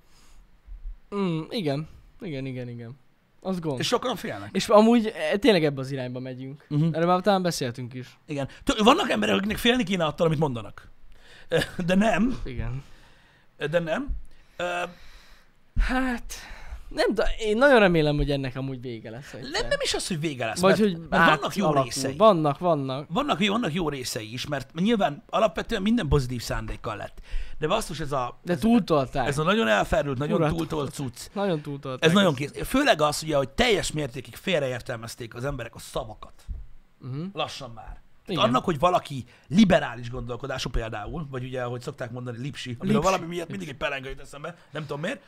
Igen. Igen. Az gond. És sokan félnek. És amúgy tényleg ebbe az irányba megyünk. Erről már talán beszéltünk is. Igen. Vannak emberek, akiknek félni kéne attól, amit mondanak. De nem. Igen. De nem. Hát... Nem, de én nagyon remélem, hogy ennek amúgy vége lesz. Nem is az, hogy vége lesz, vagy mert vannak jó alakul. részei. Vannak. Vannak jó részei is, mert nyilván alapvetően minden pozitív szándékkal lett. De basszus, De túltolták. Ez a nagyon elferdült, nagyon túltolt cucc. Nagyon túltolták. Ez nagyon kész. Főleg az, ugye, hogy teljes mértékig félreértelmezték az emberek a szavakat. Lassan már. Annak, hogy valaki liberális gondolkodású például, vagy ugye, ahogy szokták mondani, lipsi, amiről valami miatt mindig egy pelenga jut eszembe, nem tudom miért,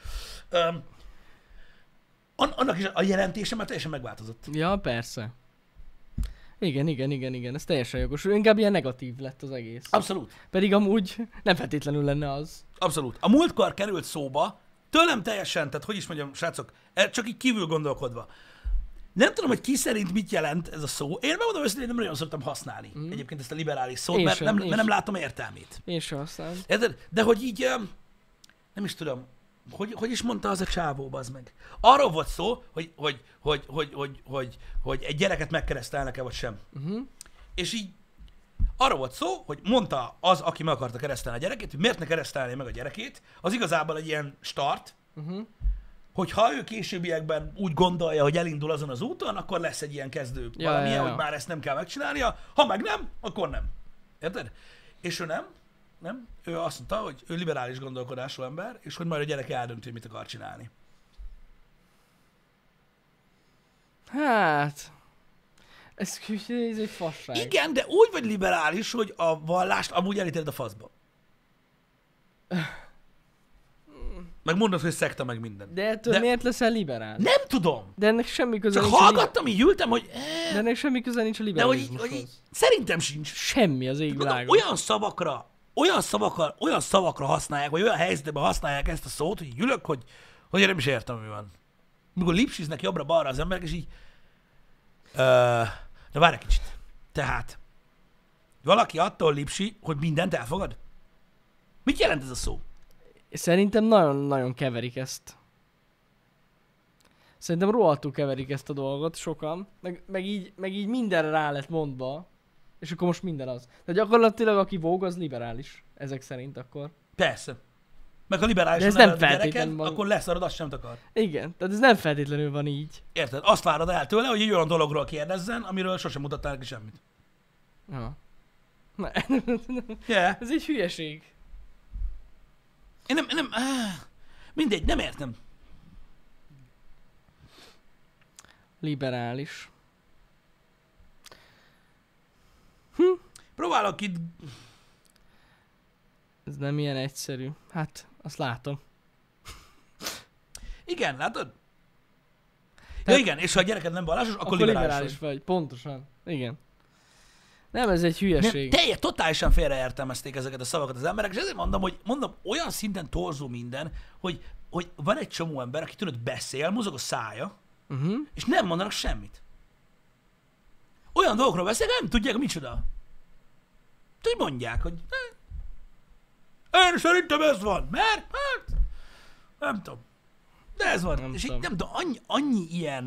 annak is a jelentése már teljesen megváltozott. Ja, persze. Igen, ez teljesen jogos. Inkább ilyen negatív lett az egész. Abszolút. Pedig amúgy nem feltétlenül lenne az. Abszolút. A múltkor került szóba, tőlem teljesen, tehát hogy is mondjam, srácok, csak így kívül gondolkodva. Nem tudom, hogy ki szerint mit jelent ez a szó. Én megmondom őszintén, hogy nem nagyon szoktam használni egyébként ezt a liberális szót, mert nem látom értelmét. Én sem használom. De hogy így, nem is tudom, hogy is mondta az a csávó, bazd meg? Arról volt szó, hogy egy gyereket megkeresztelnek-e, vagy sem. És így arról volt szó, hogy mondta az, aki meg akarta keresztelni a gyerekét, hogy miért ne keresztelné meg a gyerekét, az igazából egy ilyen start, hogyha ő későbbiekben úgy gondolja, hogy elindul azon az úton, akkor lesz egy ilyen kezdő valamilyen, hogy már ezt nem kell megcsinálnia, ha meg nem, akkor nem. Érted? És ő nem. Ő azt mondta, hogy ő liberális gondolkodású ember, és hogy majd a gyereke eldönti, hogy mit akar csinálni. Hát... Ez egy fasság. Igen, de úgy vagy liberális, hogy a vallást amúgy elítéled a faszba. Meg mondod, hogy szekta meg minden. De ettől miért leszel liberális? Nem tudom. De ennek semmi köze nincs. Csak hallgattam, így ültem, hogy... De ennek semmi köze nincs a liberalizmushoz. Hogy szerintem sincs. Semmi az égvilágon. Olyan szavakra használják, vagy olyan helyzetben használják ezt a szót, hogy ülök, hogy én nem is értem, mi van. Mikor lipsiznek jobbra-balra az emberek, és így... De várj egy kicsit. Tehát, valaki attól lipsi, hogy mindent elfogad? Mit jelent ez a szó? Szerintem nagyon-nagyon keverik ezt. Szerintem rohadtul keverik ezt a dolgot sokan, meg így mindenre rá lett mondva, és akkor most minden az. Tehát gyakorlatilag aki vogue, az liberális, ezek szerint akkor. Persze. Meg ha liberális ez nem feltétlenül van. Akkor leszarod, azt sem akar. Igen, tehát ez nem feltétlenül van így. Érted? Azt várod el tőle, hogy egy olyan dologról kérdezzen, amiről sosem mutattál neki semmit. Ja. Ne. Yeah. Ez egy hülyeség. Én nem, mindegy, nem értem. Liberális. Próbálok itt... Ez nem ilyen egyszerű. Hát, azt látom. Igen, látod? Ja, igen, és ha a gyereked nem vallásos, akkor liberális vagy. Pontosan. Igen. Nem, ez egy hülyeség. Totálisan félreértelmezték ezeket a szavakat az emberek, és ezért mondom, olyan szinten torzó minden, hogy van egy csomó ember, aki tudod beszél, mozog a szája, és nem mondanak semmit. Olyan dolgokról beszélnek, nem tudják, micsoda. Úgy mondják, hogy én szerintem ez van, mert hát, nem tudom. De ez van. Nem és tudom. így nem tudom, annyi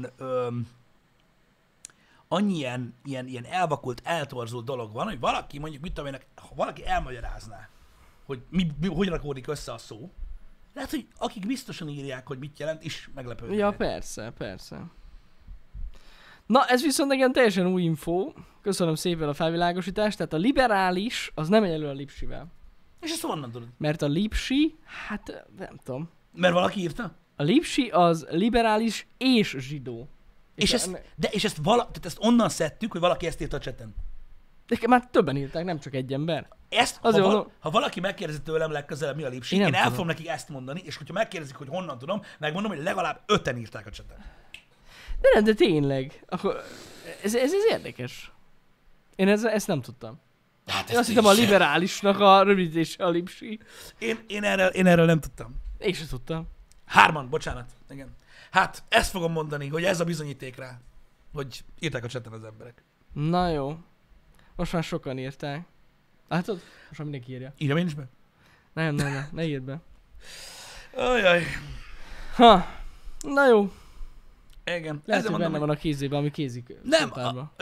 ilyen elvakult, eltorzult dolog van, hogy valaki, mondjuk, mit tudom én, ha valaki elmagyarázná, hogy hogy rakódik össze a szó, lehet, hogy akik biztosan írják, hogy mit jelent, is meglepődnek. Ja, persze. Na, ez viszont nekem teljesen új info. Köszönöm szépen a felvilágosítást. Tehát a liberális, az nem egyenlő a lipsivel. És ezt honnan tudod? Mert a lipsi, hát nem tudom. Mert valaki írta? A lipsi az liberális és zsidó. És ezt onnan szedtük, hogy valaki ezt írta a chaten. De már többen írták, nem csak egy ember. Ezt, ha valaki megkérdezi tőlem legközelebb, mi a lipsi, én el fogom nekik ezt mondani, és hogyha megkérdezik, hogy honnan tudom, megmondom, hogy legalább 5-en írták a chaten. De tényleg. Akkor ez érdekes. Én ezt nem tudtam. Hát én azt hittem a liberálisnak a rövidítése a lipsi. Én erről nem tudtam. Én sem tudtam. Hárman, bocsánat. Igen. Hát, ezt fogom mondani, hogy ez a bizonyíték rá, hogy írták a chaten az emberek. Na jó. Most már sokan írták. Látod? Most már mindenki írja. Írjam én is be? Nem, ne írd be. Ajaj. Ha. Na jó. Igen. Lehet, hogy benne van a kézében, ami kézik. Nem, szentárba.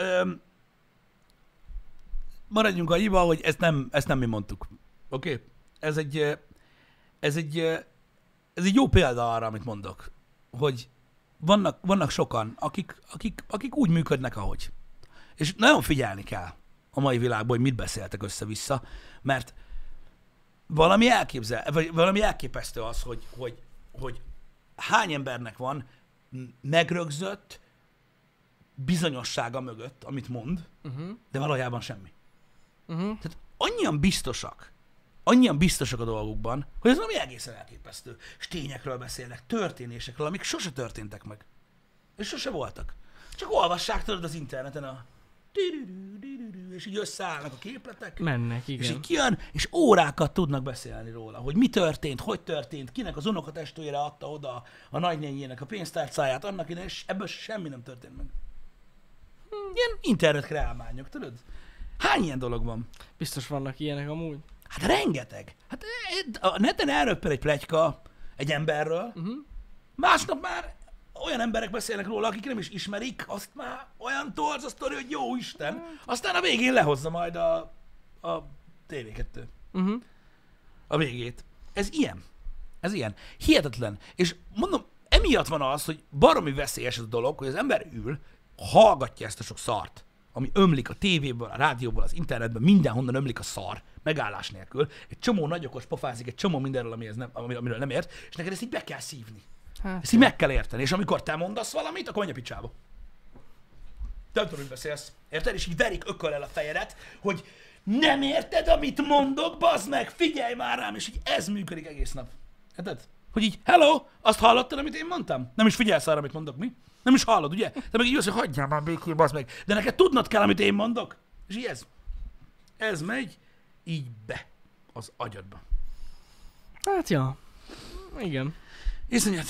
maradjunk annyiba, hogy ezt nem mi mondtuk. Oké? Okay? Ez egy jó példa arra, amit mondok. Hogy vannak sokan, akik úgy működnek, ahogy. És nagyon figyelni kell a mai világban, hogy mit beszéltek össze-vissza, mert valami elképesztő az, hogy hány embernek van megrögzött bizonyossága mögött, amit mond, de valójában semmi. Tehát annyian biztosak a dolgukban, hogy ez valami egészen elképesztő. És tényekről beszélnek, történésekről, amik sose történtek meg. És sose voltak. Csak olvassák tudod az interneten a és így összeállnak a képletek. Mennek, igen. És így kijön, és órákat tudnak beszélni róla, hogy mi történt, hogy történt, kinek az unokatestvére adta oda a nagynényének a pénztárcáját, annak ide, és ebből semmi nem történt meg. Ilyen internetkreálmányok, tudod? Hány ilyen dolog van? Biztos vannak ilyenek amúgy. Hát rengeteg. Hát a neten elröppen egy pletyka egy emberről, másnap már olyan emberek beszélnek róla, akik nem is ismerik, azt már olyan torz a sztori, hogy jó Isten. Aztán a végén lehozza majd a TV2. A végét. Ez ilyen. Hihetetlen. És mondom, emiatt van az, hogy baromi veszélyes ez a dolog, hogy az ember ül, hallgatja ezt a sok szart, ami ömlik a tévéből, a rádióból, az internetben, mindenhonnan ömlik a szar, megállás nélkül. Egy csomó nagyokos pofázik, egy csomó mindenről, amiről nem ért, és neked ezt így be kell szívni. Hát, ezt így meg kell érteni, és amikor te mondasz valamit, akkor menj a picsába. Te nem tudod, hogy beszélsz. Érted? És így verik ököllel a fejedet, hogy nem érted, amit mondok, bazd meg, figyelj már rám, és így ez működik egész nap. Érted? Hogy így, hello, azt hallottad, amit én mondtam? Nem is figyelsz arra, amit mondok, mi? Nem is hallod, ugye? De meg így jössz, hogy hagyjál már békén, bazd meg. De neked tudnod kell, amit én mondok. És így ez megy így be az agyadba. hát ja. Igen. Iszonyat.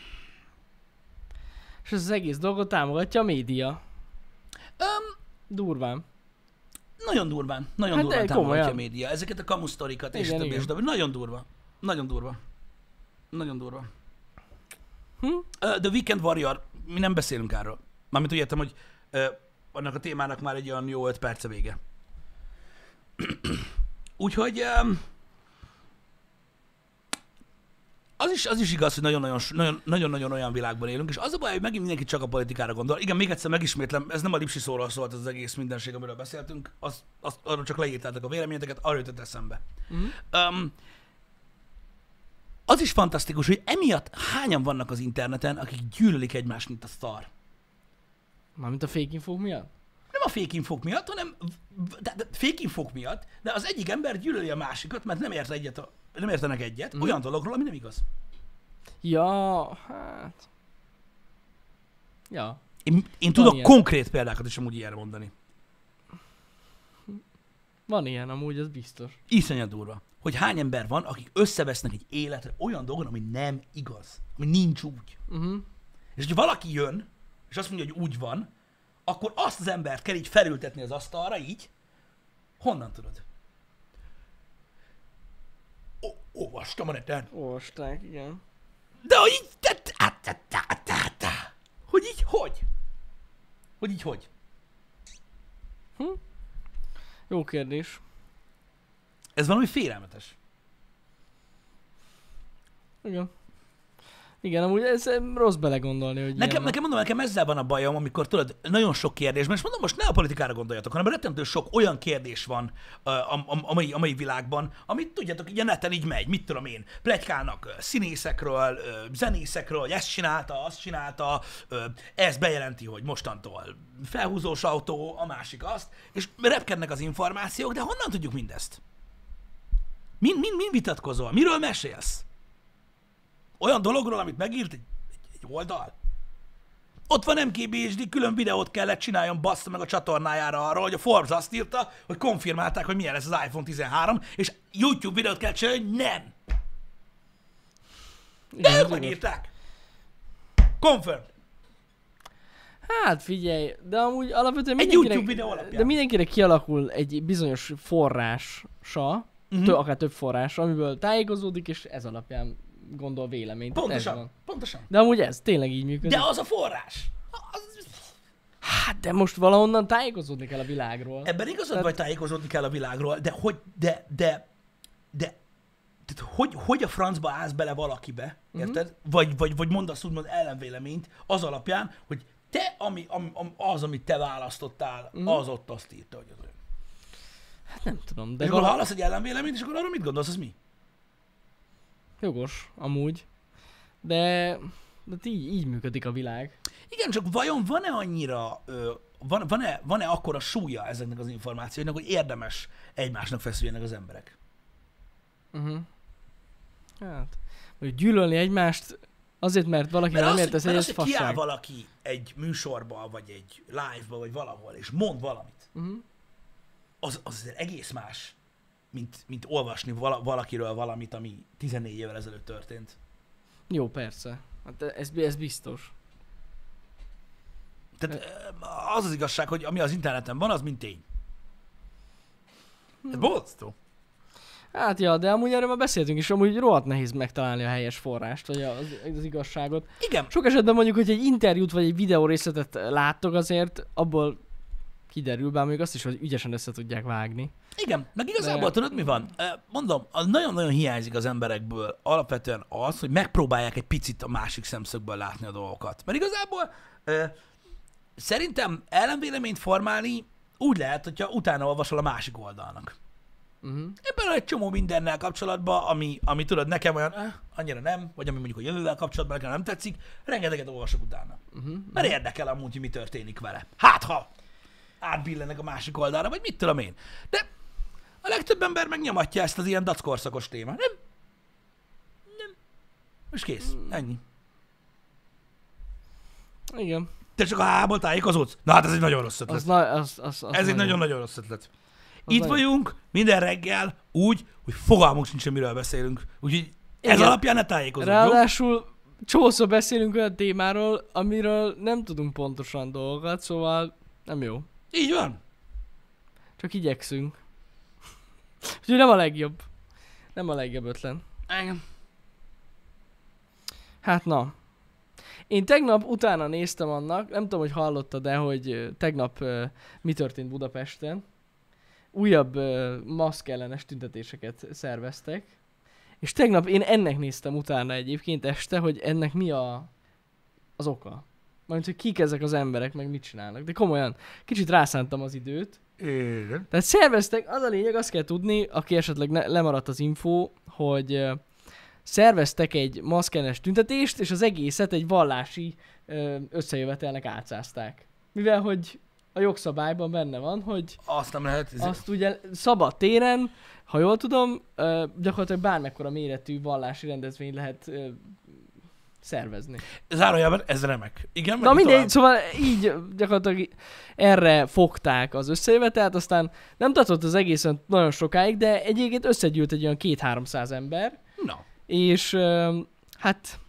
És ez az egész dolgot támogatja a média. Durván. Nagyon durván Hát támogatja komolyan. a média. Ezeket a kamusztorikat és Igen, többi, igen. és többi. Nagyon durva. The Weekend Warrior, mi nem beszélünk erről. Mármint úgy értem, hogy annak a témának már egy olyan jó 5 perce vége. Úgyhogy az is igaz, hogy nagyon-nagyon olyan világban élünk, és az a baj, hogy megint mindenki csak a politikára gondol. Igen, még egyszer megismétlem, ez nem a Lipsi szóról szólt az egész mindenség, amiről beszéltünk, arról csak leírtátok a véleményeteket, arról jutott eszembe. Az is fantasztikus, hogy emiatt hányan vannak az interneten, akik gyűlölik egymást, mint a szar. Mármint a fake infók miatt? Nem a fake infók miatt, hanem de fake infók miatt, de az egyik ember gyűlöli a másikat, mert nem értenek egyet olyan dologról, ami nem igaz. Ja, hát... Ja. Én tudok ilyen. konkrét példákat is amúgy ilyenre mondani. Van ilyen amúgy, az biztos. Iszonyat durva, hogy hány ember van, akik összevesznek egy életre olyan dolgon, ami nem igaz, ami nincs úgy. És hogyha valaki jön, és azt mondja, hogy úgy van, akkor azt az embert kell így felültetni az asztalra, így. Honnan tudod? Olvastam a neten. Olvasták, igen. De hogy így... Hogy így hogy? Hogy így hogy? Jó kérdés. Ez valami félelmetes. Igen. Igen, amúgy ez rossz belegondolni, hogy Nekem ezzel van a bajom, amikor tudod, nagyon sok kérdésben, és mondom, most ne a politikára gondoljatok, hanem rettentő sok olyan kérdés van a mai világban, amit tudjátok, így a neten így megy, mit tudom én, pletykálnak színészekről, zenészekről, hogy ezt csinálta, azt csinálta, ez bejelenti, hogy mostantól felhúzós autó, a másik azt, és repkednek az információk, de honnan tudjuk mindezt? Min vitatkozol? Miről mesélsz? Olyan dologról, amit megírt egy oldal? Ott van MKBHD, külön videót kellett csináljon, bassza meg a csatornájára arról, hogy a Forbes azt írta, hogy konfirmálták, hogy milyen lesz az iPhone 13, és YouTube videót kell csinálni, hogy nem. De Igen, ők megírták. Confirm. Hát figyelj, de amúgy alapvetően Egy YouTube videó alapján. de mindenkinek kialakul egy bizonyos forrása, akár több forrás, amiből tájékozódik, és ez alapján gondol véleményt. Pontosan. De amúgy ez tényleg így működik. De az a forrás. Hát de most valahonnan tájékozódni kell a világról. Ebben igazad vagy, tájékozódni kell a világról, de hogy a francba állsz bele valakibe, érted? Vagy mondasz úgymond ellenvéleményt az alapján, hogy te, amit te választottál, az ott azt írta, hogy az ő. Hát nem tudom, de... És akkor hallasz egy ellenvéleményt, és akkor arra mit gondolsz, az mi? Jogos, amúgy. De így működik a világ. Igen, csak vajon van-e annyira, van-e akkora súlya ezeknek az információknak, hogy érdemes egymásnak feszüljenek az emberek? Hát, hogy gyűlölni egymást azért, mert valaki nem értesz egyet, fasság. Mert kiáll valaki egy műsorba, vagy egy live-ba, vagy valahol, és mond valamit, az azért egész más, mint olvasni valakiről valamit, ami 14 évvel ezelőtt történt. Jó, persze. Hát ez biztos. Tehát az az igazság, hogy ami az interneten van, az mind tény. Ez borzasztó. Hát ja, de amúgy erről már beszéltünk is, amúgy rohadt nehéz megtalálni a helyes forrást, vagy az igazságot. Igen. Sok esetben mondjuk, hogy egy interjút vagy egy videó részletet láttok, azért abból kiderül, bár még azt is, hogy ügyesen össze tudják vágni. Igen, meg igazából tudod mi van? Mondom, nagyon-nagyon hiányzik az emberekből alapvetően az, hogy megpróbálják egy picit a másik szemszögből látni a dolgokat. Mert igazából szerintem ellenvéleményt formálni úgy lehet, hogyha utána olvasol a másik oldalnak. Ebben egy csomó mindennel kapcsolatban, ami tudod, nekem olyan, annyira nem, vagy ami mondjuk a jövővel kapcsolatban nekem nem tetszik, rengeteget olvasok utána. Mert érdekel amúgy, hogy mi történik vele. Hát ha átbillenek a másik oldalra, vagy mit tudom én. De a legtöbb ember megnyomatja ezt az ilyen dackorszakos témát. Nem. És kész. Ennyi. Igen. Te csak a hából tájékozódsz? Na hát ez egy nagyon rossz ötlet. Ez egy nagyon-nagyon rossz ötlet. Itt vagyunk minden reggel úgy, hogy fogalmunk sincs, miről beszélünk. Úgyhogy ez alapján ne tájékozunk. Ráadásul csószor beszélünk olyan témáról, amiről nem tudunk pontosan dolgokat, szóval nem jó. Így van. Csak igyekszünk. Úgyhogy nem a legjobb. Nem a legjobb ötlet. Igen. Hát na. Én tegnap utána néztem annak, nem tudom, hogy hallottad, de hogy tegnap mi történt Budapesten. Újabb maszkellenes tüntetéseket szerveztek. És tegnap én ennek néztem utána egyébként este, hogy ennek mi az oka. Majd, hogy kik ezek az emberek, meg mit csinálnak. De komolyan, kicsit rászántam az időt. Igen. Tehát szerveztek, az a lényeg, azt kell tudni, aki esetleg lemaradt az info, hogy szerveztek egy maszkellenes tüntetést, és az egészet egy vallási összejövetelnek átszázták. Mivel, hogy a jogszabályban benne van, hogy azt nem lehet. Azt ugye szabad téren, ha jól tudom, gyakorlatilag bármekkora méretű vallási rendezvényt lehet szervezni. Zárójában ez remek. Igen, na mindegy, szóval így gyakorlatilag erre fogták az összejövetelt, aztán nem tartott az egészen nagyon sokáig, de egyébként összegyűlt egy olyan 200-300 ember. Na. És hát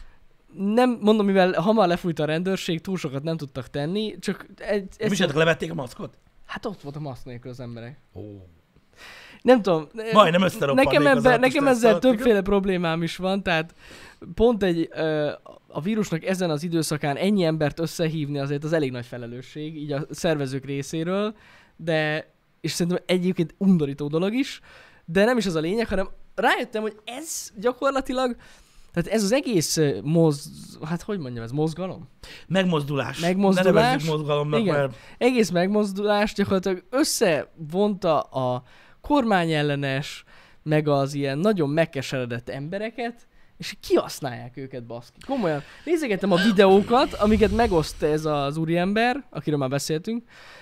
nem, mondom, mivel hamar lefújta a rendőrség, túl sokat nem tudtak tenni, csak... Mi csináltak, levették a maszkot? Hát ott volt a maszk nélkül az emberek. Oh. Nem tudom. Majdnem összeroppannék nekem ezzel többféle problémám is van, tehát pont a vírusnak ezen az időszakán ennyi embert összehívni azért az elég nagy felelősség, így a szervezők részéről, de, és szerintem egyébként undorító dolog is, de nem is az a lényeg, hanem rájöttem, hogy ez gyakorlatilag, tehát ez az egész hát hogy mondjam, ez mozgalom? Megmozdulás. Ne Megmozdulás. nevezzük mozgalomnak, Igen. mert... Egész megmozdulás gyakorlatilag összevonta a kormányellenes, meg az ilyen nagyon megkeseredett embereket, és kihasználják őket, baszki. Komolyan. Nézegettem a videókat, amiket megoszt ez az úriember, akiről már beszéltünk,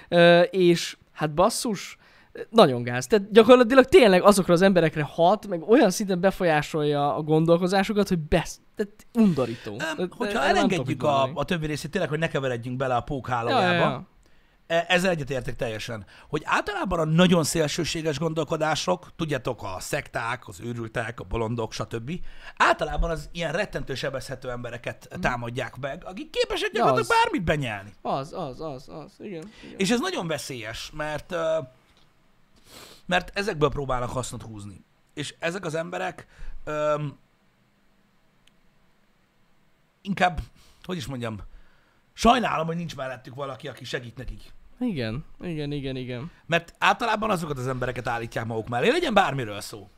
és hát basszus, nagyon gáz. Tehát gyakorlatilag tényleg azokra az emberekre hat, meg olyan szinten befolyásolja a gondolkozásukat, hogy tehát undorító. Hogyha elengedjük a többi részét, tényleg, hogy ne keveredjünk bele a pókhálójába. Ja. ezzel egyetértek teljesen, hogy általában a nagyon szélsőséges gondolkodások, tudjátok, a szekták, az őrültek, a bolondok, stb. Általában az ilyen rettentő sebezhető embereket támadják meg, akik képesek gyakorlatilag bármit benyelni. Az. Igen. És ez nagyon veszélyes, mert ezekből próbálnak hasznot húzni. És ezek az emberek inkább, hogy is mondjam, sajnálom, hogy nincs mellettük valaki, aki segít nekik. Igen. Mert általában azokat az embereket állítják maguk mellé, legyen bármiről szó.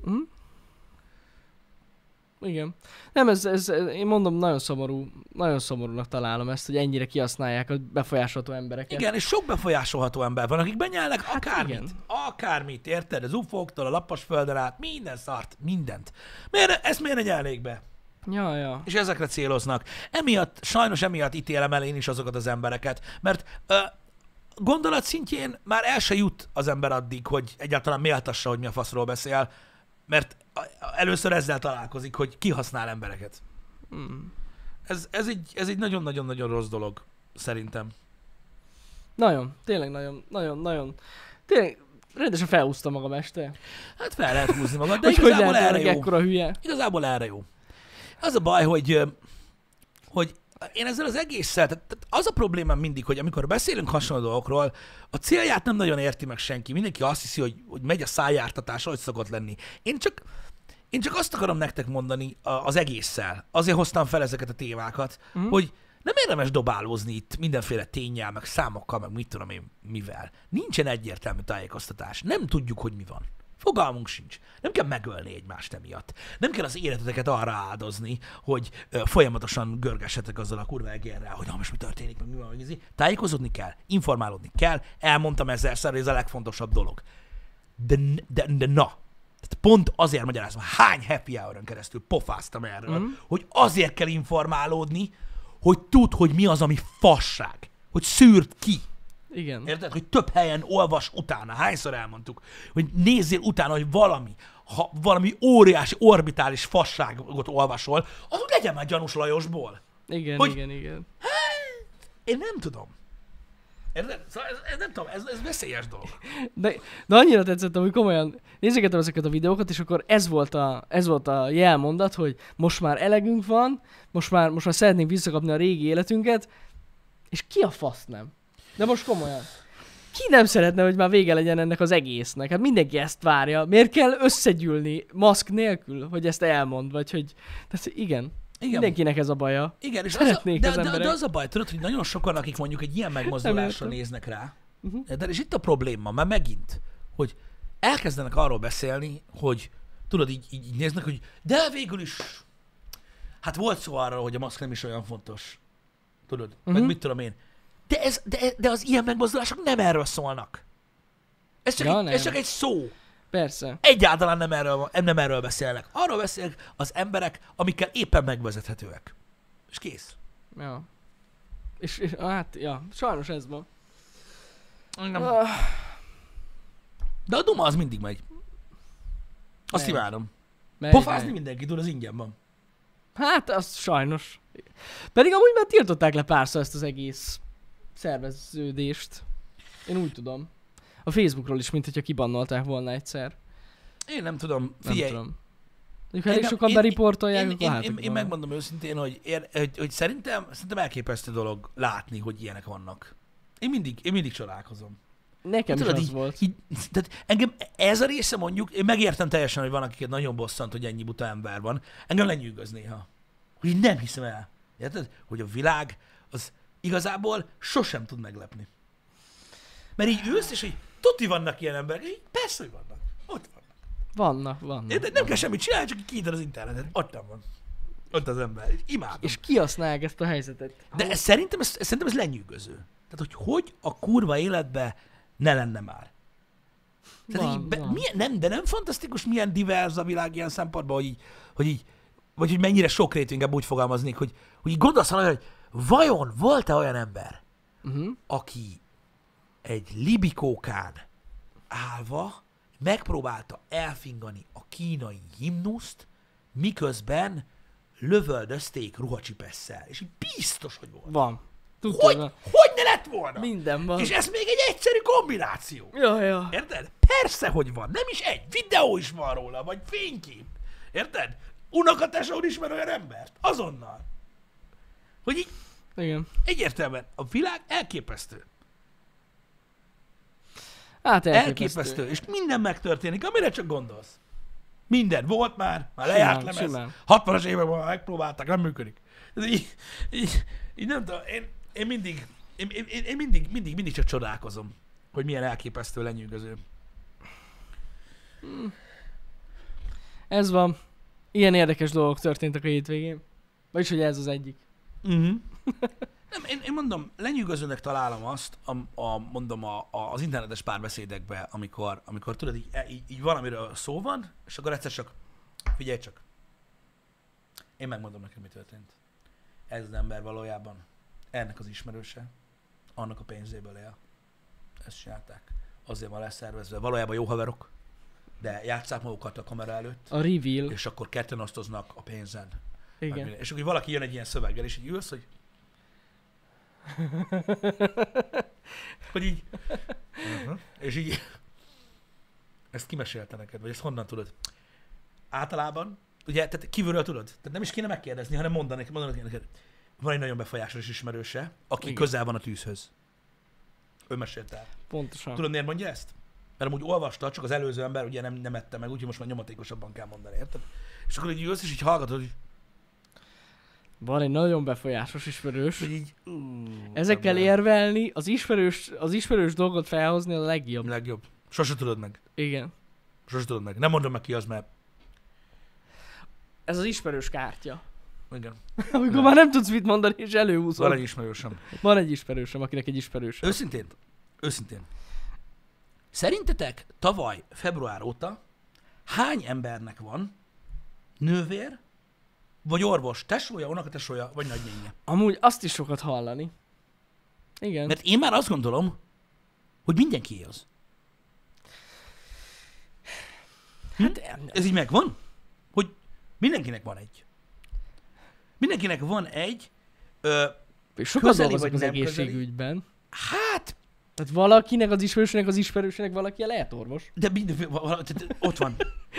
Igen. Nem, ez, én mondom, nagyon szomorúnak találom ezt, hogy ennyire kihasználják a befolyásolható embereket. Igen, és sok befolyásolható ember van, akik benyelnek akármit. igen. Akármit, érted? Az ufóktól, a lapasföldön át, minden szart, mindent. Ezt miért ne nyelnék be? Ja. És ezekre céloznak. Sajnos emiatt ítélem el én is azokat az embereket, mert gondolat szintjén már el se jut az ember addig, hogy egyáltalán méltassa, hogy mi a faszról beszél, mert először ezzel találkozik, hogy kihasznál embereket. Ez egy nagyon-nagyon-nagyon rossz dolog, szerintem. Tényleg nagyon. Tényleg rendesen felhúzta magam este. Hát fel lehet húzni magad, de Hogy igazából lehet erre jó. ekkora hülye? Igazából erre jó. Az a baj, hogy én ezzel az egésszel, tehát az a problémám mindig, hogy amikor beszélünk hasonló dolgokról, a célját nem nagyon érti meg senki. Mindenki azt hiszi, hogy megy a szájjártatás, ahogy szokott lenni. Én csak azt akarom nektek mondani az egésszel. Azért hoztam fel ezeket a témákat, hogy nem érdemes dobálózni itt mindenféle ténnyel, meg számokkal, meg mit tudom én mivel. Nincsen egyértelmű tájékoztatás. Nem tudjuk, hogy mi van. Fogalmunk sincs. Nem kell megölni egymást emiatt. Nem kell az életeteket arra áldozni, hogy folyamatosan görgessetek azzal a kurva egérrel, hogy most mi történik, meg mi van, meg tájékozódni kell, informálódni kell. Elmondtam ezerszer, hogy ez a legfontosabb dolog. De na. Tehát pont azért magyarázom, hány happy hour-on keresztül pofáztam erről, hogy azért kell informálódni, hogy tudd, hogy mi az, ami fasság. Hogy szűrd ki. Igen. Érted? Hogy több helyen olvas utána. Hányszor elmondtuk, hogy nézzél utána, hogy valami óriási, orbitális fasságot olvasol, az úgy legyen már gyanús Lajosból. Igen. Én nem tudom. Érted? Szóval ez nem tudom, ez veszélyes dolog. De annyira tetszett, hogy komolyan nézegettem ezeket a videókat, és akkor ez volt a jelmondat, hogy most már elegünk van, most már szeretnénk visszakapni a régi életünket, és ki a fasz nem? De most komolyan. Ki nem szeretne, hogy már vége legyen ennek az egésznek? Hát mindenki ezt várja. Miért kell összegyűlni maszk nélkül, hogy ezt elmond? Vagy hogy... Tehát igen. Mindenkinek ez a baja. Igen, és de az a baj, tudod, hogy nagyon sokan, akik mondjuk egy ilyen megmozdulásra néznek rá, de és itt a probléma, már megint, hogy elkezdenek arról beszélni, hogy tudod, így néznek, hogy de végül is, hát volt szó arról, hogy a maszk nem is olyan fontos. Tudod? Meg mit tudom én. De az ilyen megmozdulások nem erről szólnak. Ez csak egy szó. Persze. Egyáltalán nem erről beszélnek. Arról beszélnek az emberek, amikkel éppen megvezethetőek. És kész. Ja. És hát, ja, sajnos ez van. De a duma az mindig megy. Azt imádom. Megy. Pofázni mindenki tud, az ingyen van. Hát, az sajnos. Pedig amúgy már tiltották le párszor ezt az egész szerveződést. Én úgy tudom. A Facebookról is, mint hogyha kibannolták volna egyszer. Én nem tudom. Figyelj. Nem tudom. Mondjuk elég sokan beriportolják, én megmondom őszintén, hogy szerintem elképesztő dolog látni, hogy ilyenek vannak. Én mindig csodálkozom. Nekem is az volt. Tehát engem ez a része mondjuk, én megértem teljesen, hogy van, akiket nagyon bosszant, hogy ennyi buta ember van. Engem lenyűgöz néha. Hogy így nem hiszem el. Érted? Hogy a világ az igazából sosem tud meglepni. Mert így ülsz, és hogy tuti vannak ilyen emberek, és így persze, hogy vannak. Ott vannak. Vannak. Érted? Nem kell semmit csinálni, csak kinyitod az internetet. Ott van. Ott az ember. Imádom. És kihasználják ezt a helyzetet. De szerintem ez lenyűgöző. Tehát, hogy a kurva életbe ne lenne már. Tehát de nem fantasztikus, milyen divers a világ ilyen szempontból, vagy hogy mennyire sokrétű, inkább úgy fogalmaznék, hogy így gondolsz arra, hogy vajon volt-e olyan ember, aki egy libikókán állva megpróbálta elfingani a kínai himnuszt, miközben lövöldözték ruhacsipesszel. És így biztos, hogy volt. Van. Hogy ne lett volna. Minden van. És ez még egy egyszerű kombináció. Ja. Érted? Persze, hogy van. Nem is egy. Videó is van róla, vagy fénykép. Érted? Unokatesód ismer olyan embert. Azonnal. Hogy így Igen. egyértelműen a világ elképesztő. Hát Elképesztő. És minden megtörténik, amire csak gondolsz. Minden. Volt már lejárt lemez. Simán. 60-as években megpróbálták, nem működik. Ez így nem tudom, én mindig csak csodálkozom, hogy milyen elképesztő lenyűgöző. Ez van. Ilyen érdekes dolgok történtek a hétvégén. Vagyis, hogy ez az egyik. Nem, én mondom, lenyűgözőnek találom azt, mondom az internetes párbeszédekben, amikor tudod, így valamiről szó van, és akkor egyszer csak, figyelj csak, én megmondom neked, mi történt. Ez az ember valójában ennek az ismerőse, annak a pénzéből él. Ezt csinálták. Azért van leszervezve. Valójában jó haverok, de játsszák magukat a kamera előtt, A reveal. és akkor ketten osztoznak a pénzen. Igen. És akkor valaki jön egy ilyen szöveggel, és így ülsz, hogy hogy így és így ezt kimesélte neked, vagy ezt honnan tudod? Általában, ugye, tehát kívülről tudod? Tehát nem is kéne megkérdezni, hanem mondani neked. Van egy nagyon befolyásos ismerőse, aki Igen. közel van a tűzhöz. Ő mesélte el. Pontosan. Tudod, miért mondja ezt? Mert amúgy olvasta, csak az előző ember ugye nem ette meg, úgyhogy most már nyomatékosabban kell mondani, érted? És akkor így ülsz, és így hallgatod, hogy Van egy nagyon befolyásos ismerős. így Ezekkel érvelni, az ismerős dolgot felhozni a legjobb. legjobb. Sose tudod meg. Igen. Sose tudod meg. Nem mondom meg ki az, mert Ez az ismerős kártya. igen. Amikor már nem tudsz mit mondani, és előhúzod. Van egy ismerősöm. Van egy ismerősöm, akinek egy ismerős. Őszintén. Szerintetek tavaly február óta hány embernek van nővér, vagy orvos, tesója, unokatesója, vagy nagynénye? Amúgy azt is sokat hallani. Igen. Mert én már azt gondolom, hogy mindenki az. Hát, Ez így megvan? Hogy mindenkinek van egy. Mindenkinek van egy, sokat közeli dolgozok vagy az nem közeli? egészségügyben. hát, Tehát valakinek az ismerősének valaki lehet orvos. de tehát ott van.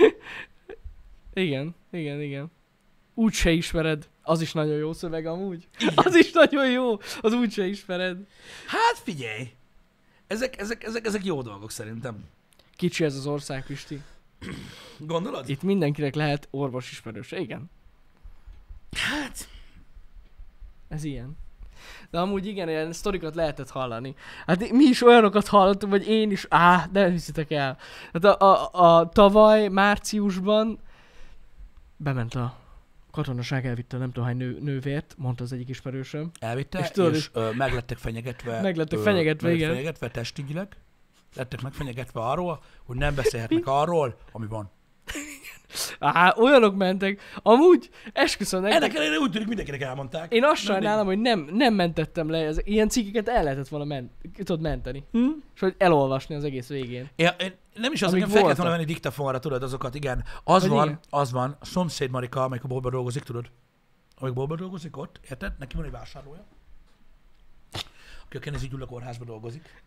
Igen. Úgy se ismered. Az is nagyon jó szöveg amúgy. Igen. Az is nagyon jó. Az úgy se ismered. Hát figyelj, ezek jó dolgok szerintem. Kicsi ez az ország, Pisti. Gondolod? Itt mindenkinek lehet orvos ismerőse. Igen. Hát, Ez ilyen. De amúgy igen, ilyen sztorikat lehetett hallani. Hát mi is olyanokat hallottunk, vagy én is, nem hiszitek el. Hát a tavaly márciusban bement a katonaság, elvitte nem tudom hány nővért, mondta az egyik ismerősöm. elvitte, És tudod, és meg lettek fenyegetve. Meg lettek fenyegetve, igen. Fenyegetve testigileg. Lettek megfenyegetve arról, hogy nem beszélhetnek arról, ami van. Olyanok mentek. Amúgy esküszöm nektek. Ennek ellenére úgy tűnik, mindenkinek elmondták. Én azt sajnálom, hogy nem mentettem le. Ilyen cikkeket el lehetett volna menteni. És hogy elolvasni az egész végén. Én nem is az, Amik hogy fel kellett voltak. volna venni diktafonra, tudod, azokat, igen. Vagy igen. Az van, a szomszéd Marika, amelyik a boltban dolgozik, tudod? Amelyik boltban dolgozik ott, érted? Neki van egy vásárlója. Aki a Kennedy Gyula kórházban dolgozik.